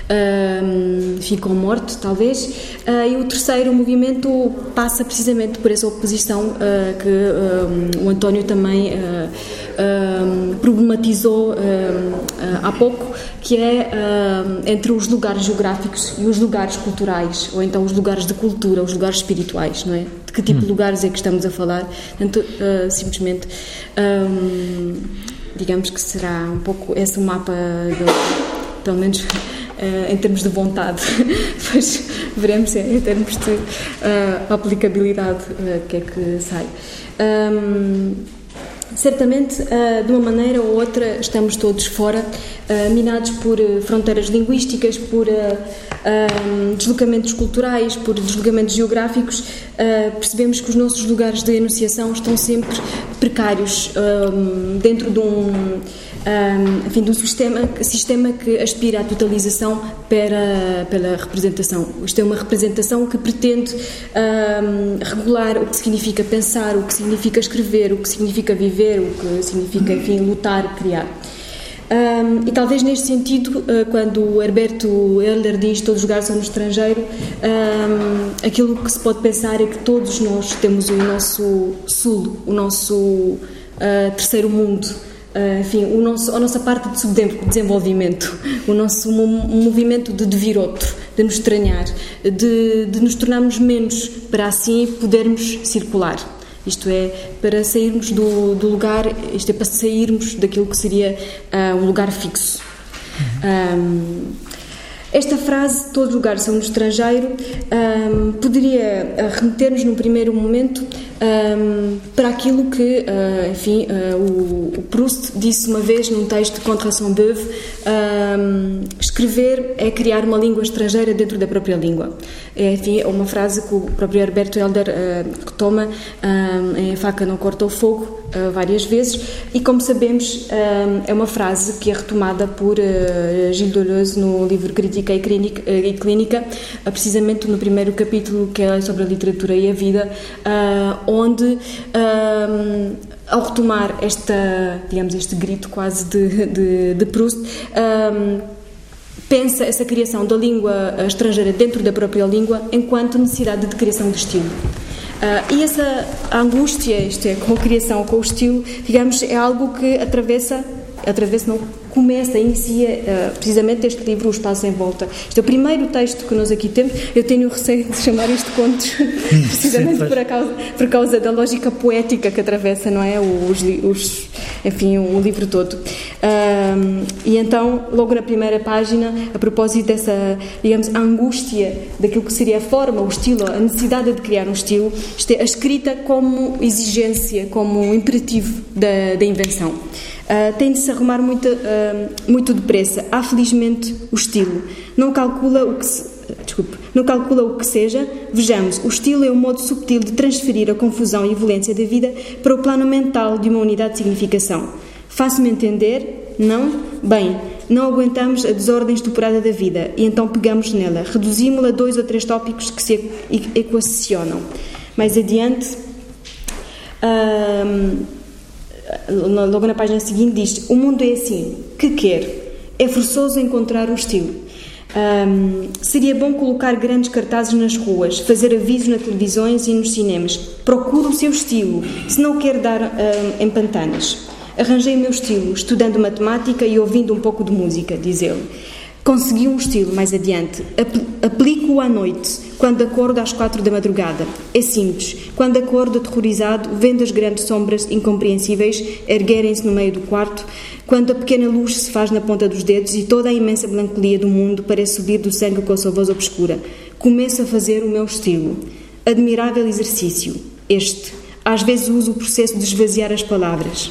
uh, enfim, com a morte, talvez. Uh, e o terceiro movimento passa precisamente por essa oposição uh, que uh, o António também uh, uh, problematizou uh, uh, há pouco, que é uh, entre os lugares geográficos e os lugares culturais, ou então os lugares de cultura, os lugares espirituais, não é? De que tipo de lugares é que estamos a falar? Portanto, uh, simplesmente, um, digamos que será um pouco esse o mapa, do, pelo menos uh, em termos de vontade, depois veremos em termos de uh, aplicabilidade o uh, que é que sai. Um, Certamente, de uma maneira ou outra, estamos todos fora, minados por fronteiras linguísticas, por deslocamentos culturais, por deslocamentos geográficos. Percebemos que os nossos lugares de enunciação estão sempre precários dentro de um, enfim, de um sistema, sistema que aspira à totalização para, pela representação. Isto é uma representação que pretende regular o que significa pensar, o que significa escrever, o que significa viver, o que significa, enfim, lutar, criar. Um, e talvez neste sentido, uh, quando o Herberto Helder diz todos os lugares são no estrangeiro, um, aquilo que se pode pensar é que todos nós temos o nosso sul, o nosso uh, terceiro mundo, uh, enfim, o nosso, a nossa parte de subdesenvolvimento, o nosso movimento de devir outro, de nos estranhar, de, de nos tornarmos menos para assim podermos circular. Isto é, para sairmos do, do lugar, isto é, para sairmos daquilo que seria uh, um lugar fixo. Um, esta frase, todos os lugares são no estrangeiro, um, poderia remeter-nos num primeiro momento um, para aquilo que, uh, enfim, uh, o, o Proust disse uma vez num texto de Contre Sainte-Beuve, um, escrever é criar uma língua estrangeira dentro da própria língua. É, enfim, é uma frase que o próprio Herberto Helder uh, retoma um, em A Faca Não Corta o Fogo uh, várias vezes, e como sabemos um, é uma frase que é retomada por uh, Gilles Deleuze no livro Crítica e Clínica, uh, e Clínica uh, precisamente no primeiro capítulo, que é sobre a literatura e a vida, uh, onde um, ao retomar esta, digamos, este grito quase de, de, de Proust, um, pensa essa criação da língua estrangeira dentro da própria língua enquanto necessidade de criação de estilo. Uh, e essa angústia, isto é, com a criação, com o estilo, digamos, é algo que atravessa outra vez não começa, inicia uh, precisamente este livro, O Espaço em Volta. Este é o primeiro texto que nós aqui temos. Eu tenho receio de chamar isto de contos, precisamente Sim, por, causa, por causa da lógica poética que atravessa, não é? Os, os, enfim, o livro todo. Um, e então, logo na primeira página, a propósito dessa, digamos, angústia daquilo que seria a forma, o estilo, a necessidade de criar um estilo, isto é, a escrita como exigência, como imperativo da, da invenção. Uh, tem de se arrumar muito, uh, muito depressa. Há, felizmente, o estilo. Não calcula o que se, desculpe, não calcula o que seja. Vejamos, o estilo é um modo subtil de transferir a confusão e a violência da vida para o plano mental de uma unidade de significação. Faço-me entender? Não? Bem, não aguentamos a desordem estuporada da vida e então pegamos nela, reduzimos-la a dois ou três tópicos que se equacionam. Mais adiante, hum, logo na página seguinte diz: o mundo é assim, que quer? É forçoso encontrar um estilo. Hum, seria bom colocar grandes cartazes nas ruas, fazer avisos nas televisões e nos cinemas. Procure o seu estilo, se não quer dar hum, em pantanas. Arranjei o meu estilo, estudando matemática e ouvindo um pouco de música, diz ele. Consegui um estilo, mais adiante. Aplico-o à noite, quando acordo às quatro da madrugada. É simples. Quando acordo aterrorizado, vendo as grandes sombras incompreensíveis erguerem-se no meio do quarto, quando a pequena luz se faz na ponta dos dedos e toda a imensa melancolia do mundo parece subir do sangue com a sua voz obscura, começo a fazer o meu estilo. Admirável exercício, este. Às vezes uso o processo de esvaziar as palavras.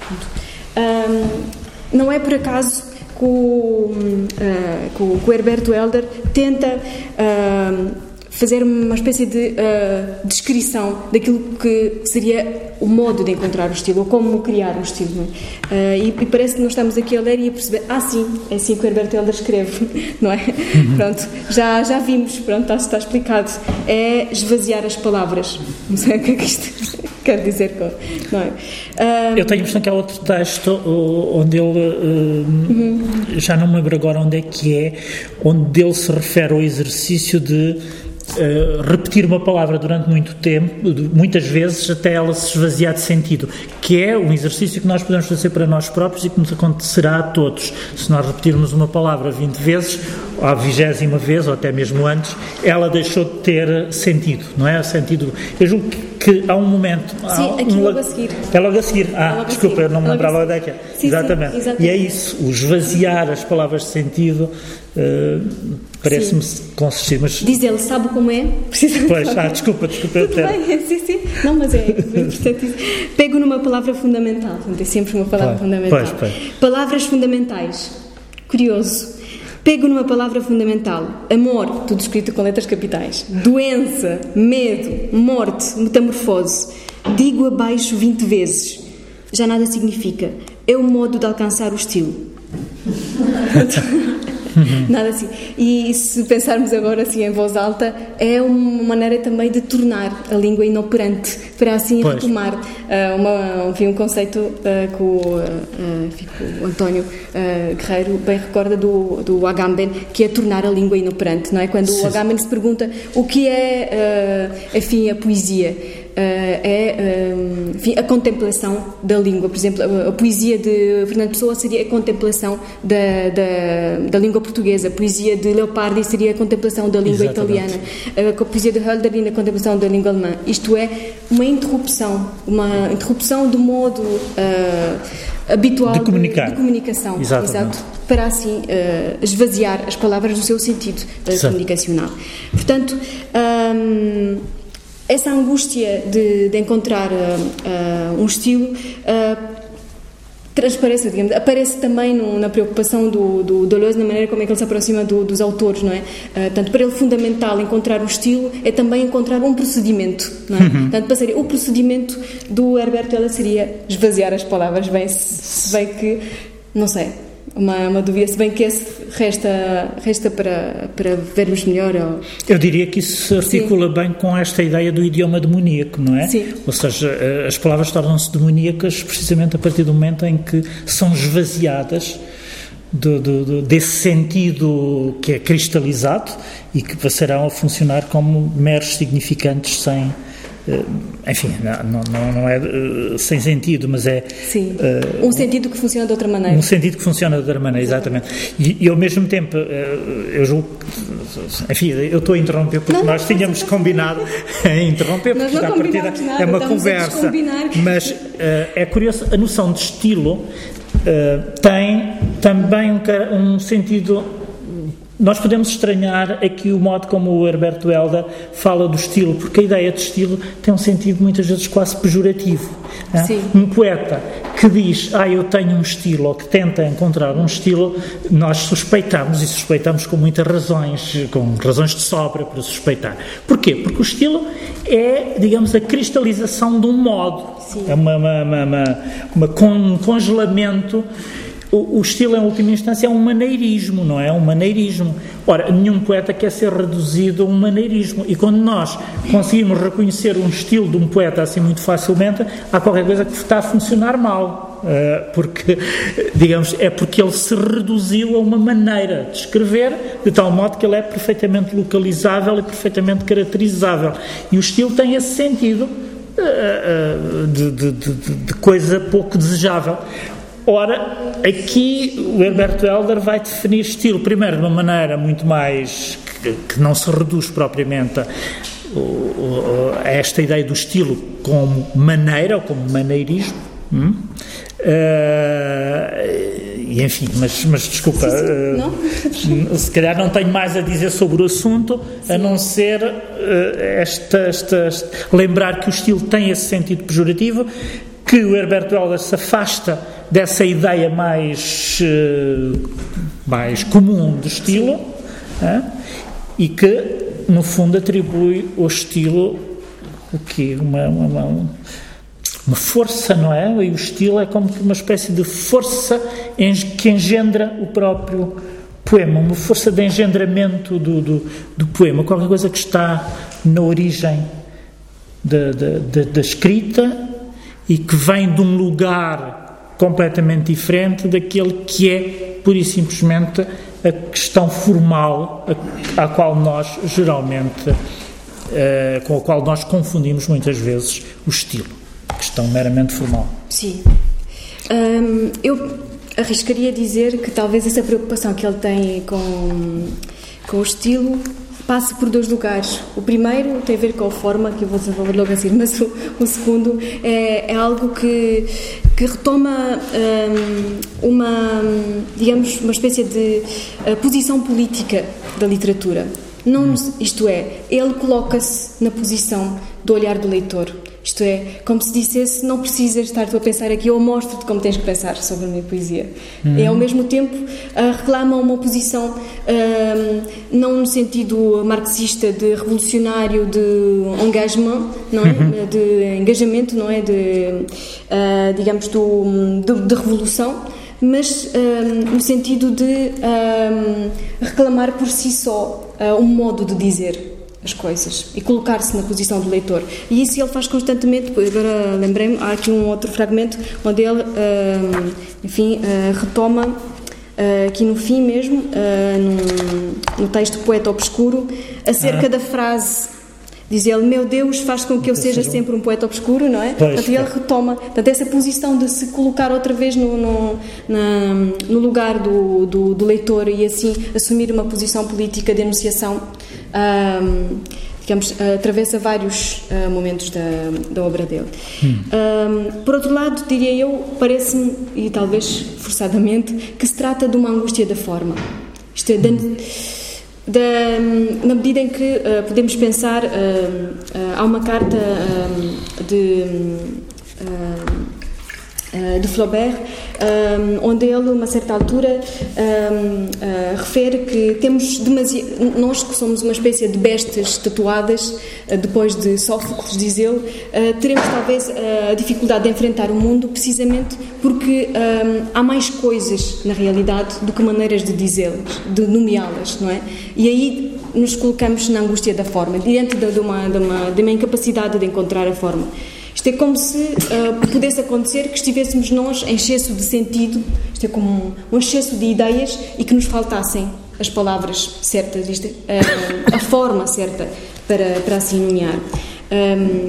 Um, não é por acaso que o, uh, que o, que o Herberto Helder tenta uh, fazer uma espécie de uh, descrição daquilo que seria o modo de encontrar o estilo, ou como criar um estilo. Não é? uh, e, e parece que nós estamos aqui a ler e a perceber, ah sim, é assim que o Herberto Helder escreve, não é? Uhum. Pronto, já, já vimos, pronto, está, está explicado. É esvaziar as palavras. Não sei o que é que isto quer dizer, não é? Uh, Eu tenho a impressão que há outro texto onde ele, uh, uhum. já não me lembro agora onde é que é, onde ele se refere ao exercício de Uh, repetir uma palavra durante muito tempo, muitas vezes até ela se esvaziar de sentido, que é um exercício que nós podemos fazer para nós próprios e que nos acontecerá a todos. Se nós repetirmos uma palavra vinte vezes, ou à vigésima vez, ou até mesmo antes, ela deixou de ter sentido, não é? Sentido. Eu julgo que há um momento... Sim, há aqui um, logo a seguir. É logo a seguir. Ah, logo desculpa, seguir. eu não me lembrava onde é que é. Sim, exatamente. Sim, exatamente. E é isso, o esvaziar as palavras de sentido... Uh, parece-me consistir, mas... Diz ele, sabe como é? Precisa pois, ah, desculpa, desculpa. Tudo bem, sim, sim. Não, mas é importante isso. Pego numa palavra fundamental, tem sempre uma palavra pois, fundamental. Pois, pois. Palavras fundamentais. Curioso. Pego numa palavra fundamental. Amor, tudo escrito com letras capitais. Doença, medo, morte, metamorfose. Digo abaixo vinte vezes. Já nada significa. É o modo de alcançar o estilo. Nada assim. E se pensarmos agora assim em voz alta, é uma maneira também de tornar a língua inoperante, para assim pois. retomar uh, uma, enfim, um conceito uh, que, o, uh, enfim, que o António uh, Guerreiro bem recorda do, do Agamben, que é tornar a língua inoperante, não é? Quando Sim. o Agamben se pergunta o que é uh, enfim, a poesia. Uh, é uh, enfim, a contemplação da língua. Por exemplo, a, a poesia de Fernando Pessoa seria a contemplação da, da, da língua portuguesa, a poesia de Leopardi seria a contemplação da língua Exatamente. italiana, a poesia de Hölderlin a contemplação da língua alemã. Isto é uma interrupção, uma interrupção do modo uh, habitual de, comunicar. de, de comunicação, exato, para assim uh, esvaziar as palavras do seu sentido uh, comunicacional. Portanto, um, essa angústia de, de encontrar uh, uh, um estilo uh, transparece, digamos, aparece também no, na preocupação do, do Deleuze, na maneira como é que ele se aproxima do, dos autores, não é? Uh, tanto para ele fundamental encontrar um estilo é também encontrar um procedimento, não é? Uhum. Tanto para ser, o procedimento do Herberto Helder seria esvaziar as palavras, bem, se, se bem que, não sei, uma, uma dúvida, se bem que esse resta, resta para, para vermos melhor. Ou... Eu diria que isso se articula Sim. bem com esta ideia do idioma demoníaco, não é? Sim. Ou seja, as palavras tornam-se demoníacas precisamente a partir do momento em que são esvaziadas do, do, do, desse sentido que é cristalizado e que passarão a funcionar como meros significantes sem, enfim, não, não, não é sem sentido, mas é... Sim, uh, um sentido que funciona de outra maneira. Um sentido que funciona de outra maneira, exatamente. E, e ao mesmo tempo, eu julgo, enfim, eu estou a interromper porque não, nós tínhamos combinado a interromper, porque nós não a partida nada, é uma conversa, mas uh, é curioso, a noção de estilo uh, tem também um, um sentido... Nós podemos estranhar aqui o modo como o Herberto Helder fala do estilo, porque a ideia de estilo tem um sentido muitas vezes quase pejorativo. Sim. Um poeta que diz, ah, eu tenho um estilo, ou que tenta encontrar um estilo, nós suspeitamos, e suspeitamos com muitas razões, com razões de sobra para suspeitar. Porquê? Porque o estilo é, digamos, a cristalização de um modo. Sim. É uma, uma, uma, uma, uma con, um congelamento. O, o estilo, em última instância, é um maneirismo, não é? Um maneirismo. Ora, nenhum poeta quer ser reduzido a um maneirismo. E quando nós conseguimos reconhecer um estilo de um poeta assim muito facilmente, há qualquer coisa que está a funcionar mal. Uh, porque, digamos, é porque ele se reduziu a uma maneira de escrever, de tal modo que ele é perfeitamente localizável e perfeitamente caracterizável. E o estilo tem esse sentido uh, uh, de, de, de, de coisa pouco desejável. Ora, aqui o Herberto Helder vai definir estilo, primeiro, de uma maneira muito mais, que, que não se reduz propriamente a, a esta ideia do estilo como maneira, ou como maneirismo, hum? uh, e enfim, mas, mas desculpa, uh, se calhar não tenho mais a dizer sobre o assunto, sim, a não ser uh, esta, esta, esta, lembrar que o estilo tem esse sentido pejorativo, que o Herberto Helder se afasta dessa ideia mais, uh, mais comum de estilo, uh, e que, no fundo, atribui ao estilo o quê? Uma, uma, uma força, não é? E o estilo é como uma espécie de força que engendra o próprio poema, uma força de engendramento do, do, do poema, qualquer coisa que está na origem da, da, da, da escrita e que vem de um lugar completamente diferente daquele que é, pura e simplesmente, a questão formal a, a qual nós, geralmente, uh, com a qual nós confundimos muitas vezes o estilo, a questão meramente formal. Sim. Um, eu arriscaria dizer que talvez essa preocupação que ele tem com, com o estilo passa por dois lugares. O primeiro tem a ver com a forma, que eu vou desenvolver logo assim, mas o, o segundo é, é algo que, que retoma um, uma, digamos, uma espécie de uh, posição política da literatura. Não, isto é, ele coloca-se na posição do olhar do leitor. Isto é, como se dissesse, não precisas estar tu a pensar aqui, eu mostro-te como tens que pensar sobre a minha poesia. Uhum. E, ao mesmo tempo, uh, reclama uma posição, uh, não no sentido marxista de revolucionário, de engagement, não é? Uhum. De engajamento, não é? De, uh, digamos, do, de, de revolução, mas um, no sentido de um, reclamar por si só uh, um modo de dizer as coisas e colocar-se na posição do leitor. E isso ele faz constantemente. Agora lembrei-me, há aqui um outro fragmento onde ele, um, enfim, uh, retoma, uh, aqui no fim mesmo, uh, no, no texto Poeta Obscuro, acerca ah. da frase. Diz ele, meu Deus, faz com que eu seja sempre um poeta obscuro, não é? Pois, portanto, ele retoma, portanto, essa posição de se colocar outra vez no, no, na, no lugar do, do, do leitor e assim assumir uma posição política de enunciação, um, digamos, atravessa vários uh, momentos da, da obra dele. Hum. Um, por outro lado, diria eu, parece-me, e talvez forçadamente, que se trata de uma angústia da forma. Isto é, hum. Da, na medida em que uh, podemos pensar, uh, uh, há uma carta uh, de, uh, uh, de Flaubert, uh, onde ele, a uma certa altura, uh, uh, refere que temos demasi- nós que somos uma espécie de bestas tatuadas, uh, depois de Sófocles, diz ele, uh, teremos talvez uh, a dificuldade de enfrentar o mundo precisamente porque um, há mais coisas na realidade do que maneiras de dizê-las, de nomeá-las, não é? E aí nos colocamos na angústia da forma, diante de uma, de uma, de uma incapacidade de encontrar a forma. Isto é como se uh, pudesse acontecer que estivéssemos nós em excesso de sentido, isto é como um, um excesso de ideias e que nos faltassem as palavras certas, isto é, uh, a forma certa para, para assim nomear. Um,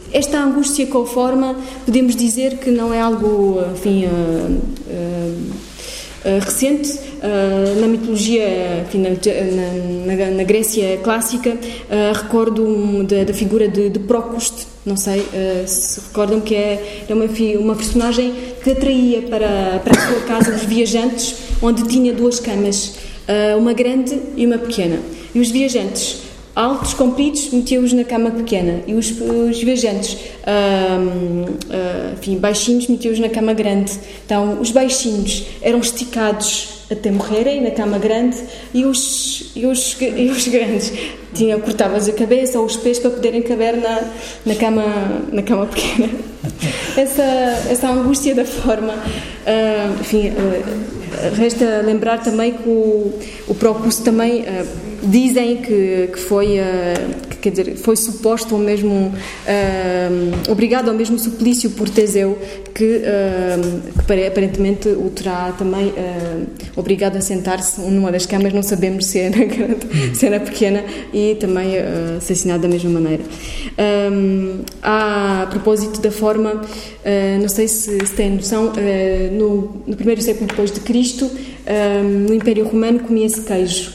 esta angústia com a forma, podemos dizer que não é algo, enfim, uh, uh, Uh, recente, uh, na mitologia, enfim, na, na, na Grécia clássica, uh, recordo da, da figura de, de Procusto, não sei uh, se recordam, que é, é uma, uma personagem que atraía para, para a sua casa os viajantes, onde tinha duas camas, uh, uma grande e uma pequena, e os viajantes altos, compridos, metiam-os na cama pequena, e os, os viajantes uh, uh, enfim, baixinhos metiam-os na cama grande. Então os baixinhos eram esticados até morrerem na cama grande, e os, e os, e os grandes tinham, cortavas a cabeça ou os pés para poderem caber na, na, cama, na cama pequena. Essa, essa angústia da forma, uh, enfim, uh, resta lembrar também que o, o Procusto também uh, dizem que, que foi, uh, que, quer dizer, foi suposto ou mesmo uh, obrigado ao mesmo suplício por Teseu, que, uh, que aparentemente o terá também uh, obrigado a sentar-se numa das camas, não sabemos se era grande, se era pequena, e também uh, assassinado da mesma maneira. Um, há, a propósito da forma, uh, não sei se, se têm noção, uh, no, no primeiro século depois de Cristo, uh, no Império Romano comia-se queijo.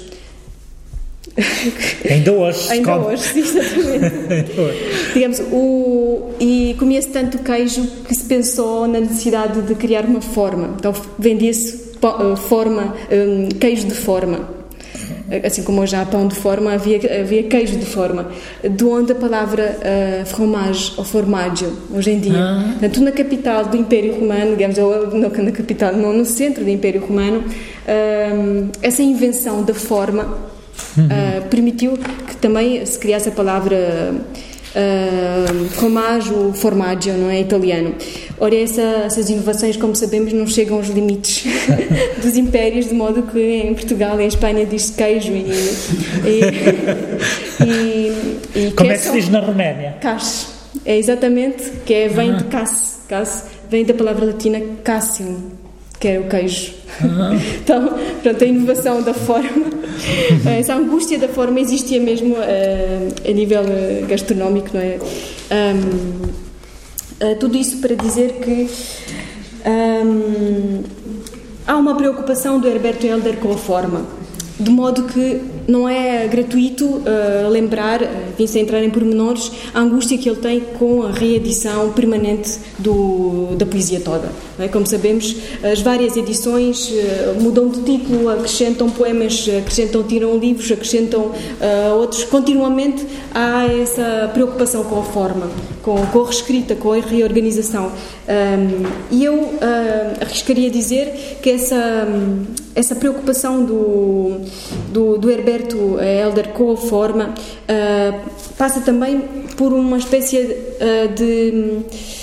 Ainda hoje. Ainda hoje, exatamente. Digamos, o, e comia-se tanto queijo que se pensou na necessidade de criar uma forma. Então vendia-se forma, um, queijo de forma. Assim como hoje há pão de forma, havia, havia queijo de forma. De onde a palavra uh, fromage ou formaggio, hoje em dia. Ah. Portanto, na capital do Império Romano, digamos, ou não na capital, não, no centro do Império Romano, um, essa invenção da forma Uhum. Uh, permitiu que também se criasse a palavra uh, formaggio, formaggio, não é, italiano. Ora, essa, essas inovações, como sabemos, não chegam aos limites dos impérios, de modo que em Portugal e em Espanha diz-se queijo e... e, e, e como é que se diz na Roménia? Cache. É exatamente, que é, vem uhum. de casse, casse, vem da palavra latina cassium, que é o queijo. Uhum. Então, pronto, a inovação da forma, essa angústia da forma existia mesmo uh, a nível uh, gastronómico, não é? Um, uh, tudo isso para dizer que um, há uma preocupação do Herberto Helder com a forma, de modo que não é gratuito uh, lembrar, uh, sem entrar em pormenores, a angústia que ele tem com a reedição permanente do, da poesia toda. Não é? Como sabemos, as várias edições uh, mudam de título, acrescentam poemas, acrescentam, tiram livros, acrescentam uh, outros. Continuamente há essa preocupação com a forma, com, com a reescrita, com a reorganização. Um, e eu uh, arriscaria dizer que essa, essa preocupação do, do, do Herberto Helder com a forma uh, passa também por uma espécie uh, de,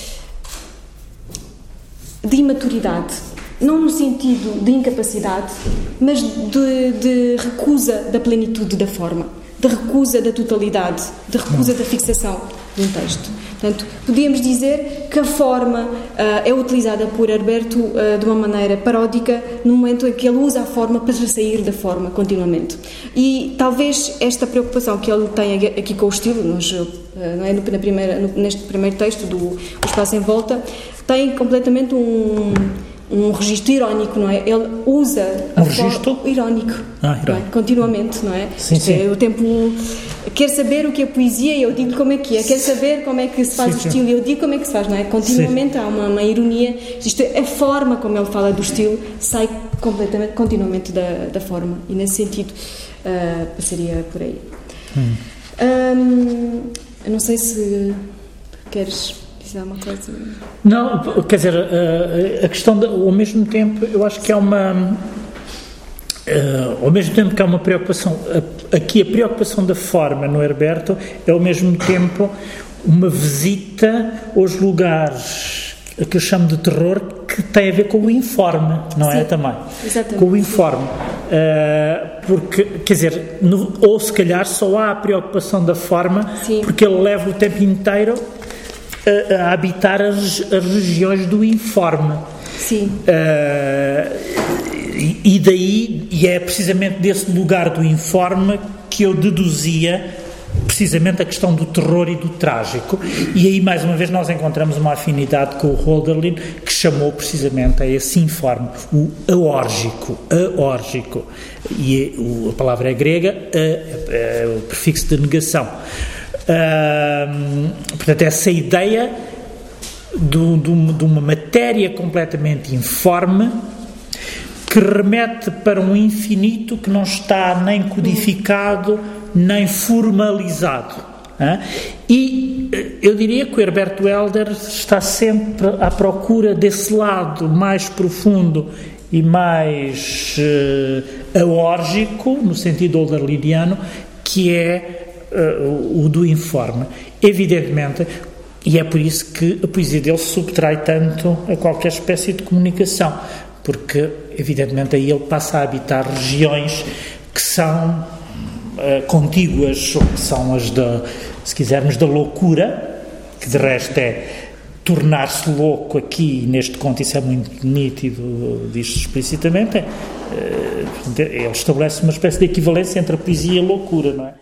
de imaturidade, não no sentido de incapacidade, mas de, de recusa da plenitude da forma, de recusa da totalidade, de recusa da fixação de um texto. Portanto, podíamos dizer que a forma uh, é utilizada por Herberto uh, de uma maneira paródica no momento em que ele usa a forma para sair da forma continuamente. E talvez esta preocupação que ele tem aqui com o estilo, nós, uh, não é, no, na primeira, no, neste primeiro texto do O Espaço em Volta, tem completamente um... um registro irónico, não é? Ele usa um registro for... irónico, ah, irónico. Não é? Continuamente, não é? Sim, sim. É, o tempo quer saber o que é poesia e eu digo como é que é, quer saber como é que se faz sim, o estilo e eu digo como é que se faz, não é? Continuamente sim. Há uma, uma ironia, isto é, a forma como ele fala do estilo sai completamente, continuamente da, da forma, e nesse sentido uh, passaria por aí. Hum. Um, eu não sei se queres dizer uma coisa. Não, quer dizer, a, a questão, de, ao mesmo tempo, eu acho que há uma, uh, ao mesmo tempo que há uma preocupação, a, aqui a preocupação da forma no Herberto é ao mesmo tempo uma visita aos lugares que eu chamo de terror, que tem a ver com o informe, não Sim, é também? Exatamente. Com o informe. Uh, porque, quer dizer, no, ou se calhar só há a preocupação da forma, Sim. porque ele leva o tempo inteiro a, a habitar as, as regiões do informe. Sim. Uh, e, e daí, e é precisamente desse lugar do informe que eu deduzia precisamente a questão do terror e do trágico, e aí mais uma vez nós encontramos uma afinidade com o Hölderlin, que chamou precisamente a esse informe o aórgico, aórgico, e a palavra é grega, a, a, a, o prefixo de negação. Uh, portanto, essa ideia do, do, de uma matéria completamente informe, que remete para um infinito que não está nem codificado nem formalizado. Hein? E eu diria que o Herbert Welder está sempre à procura desse lado mais profundo e mais uh, aórgico, no sentido hölderliniano, que é uh, o do informe. Evidentemente, e é por isso que a poesia dele se subtrai tanto a qualquer espécie de comunicação, porque, evidentemente, aí ele passa a habitar regiões que são Uh, contíguas, ou que são as da, se quisermos, da loucura, que de resto é tornar-se louco aqui, neste conto isso é muito nítido, diz-se explicitamente, é, uh, ele estabelece uma espécie de equivalência entre a poesia e a loucura, não é?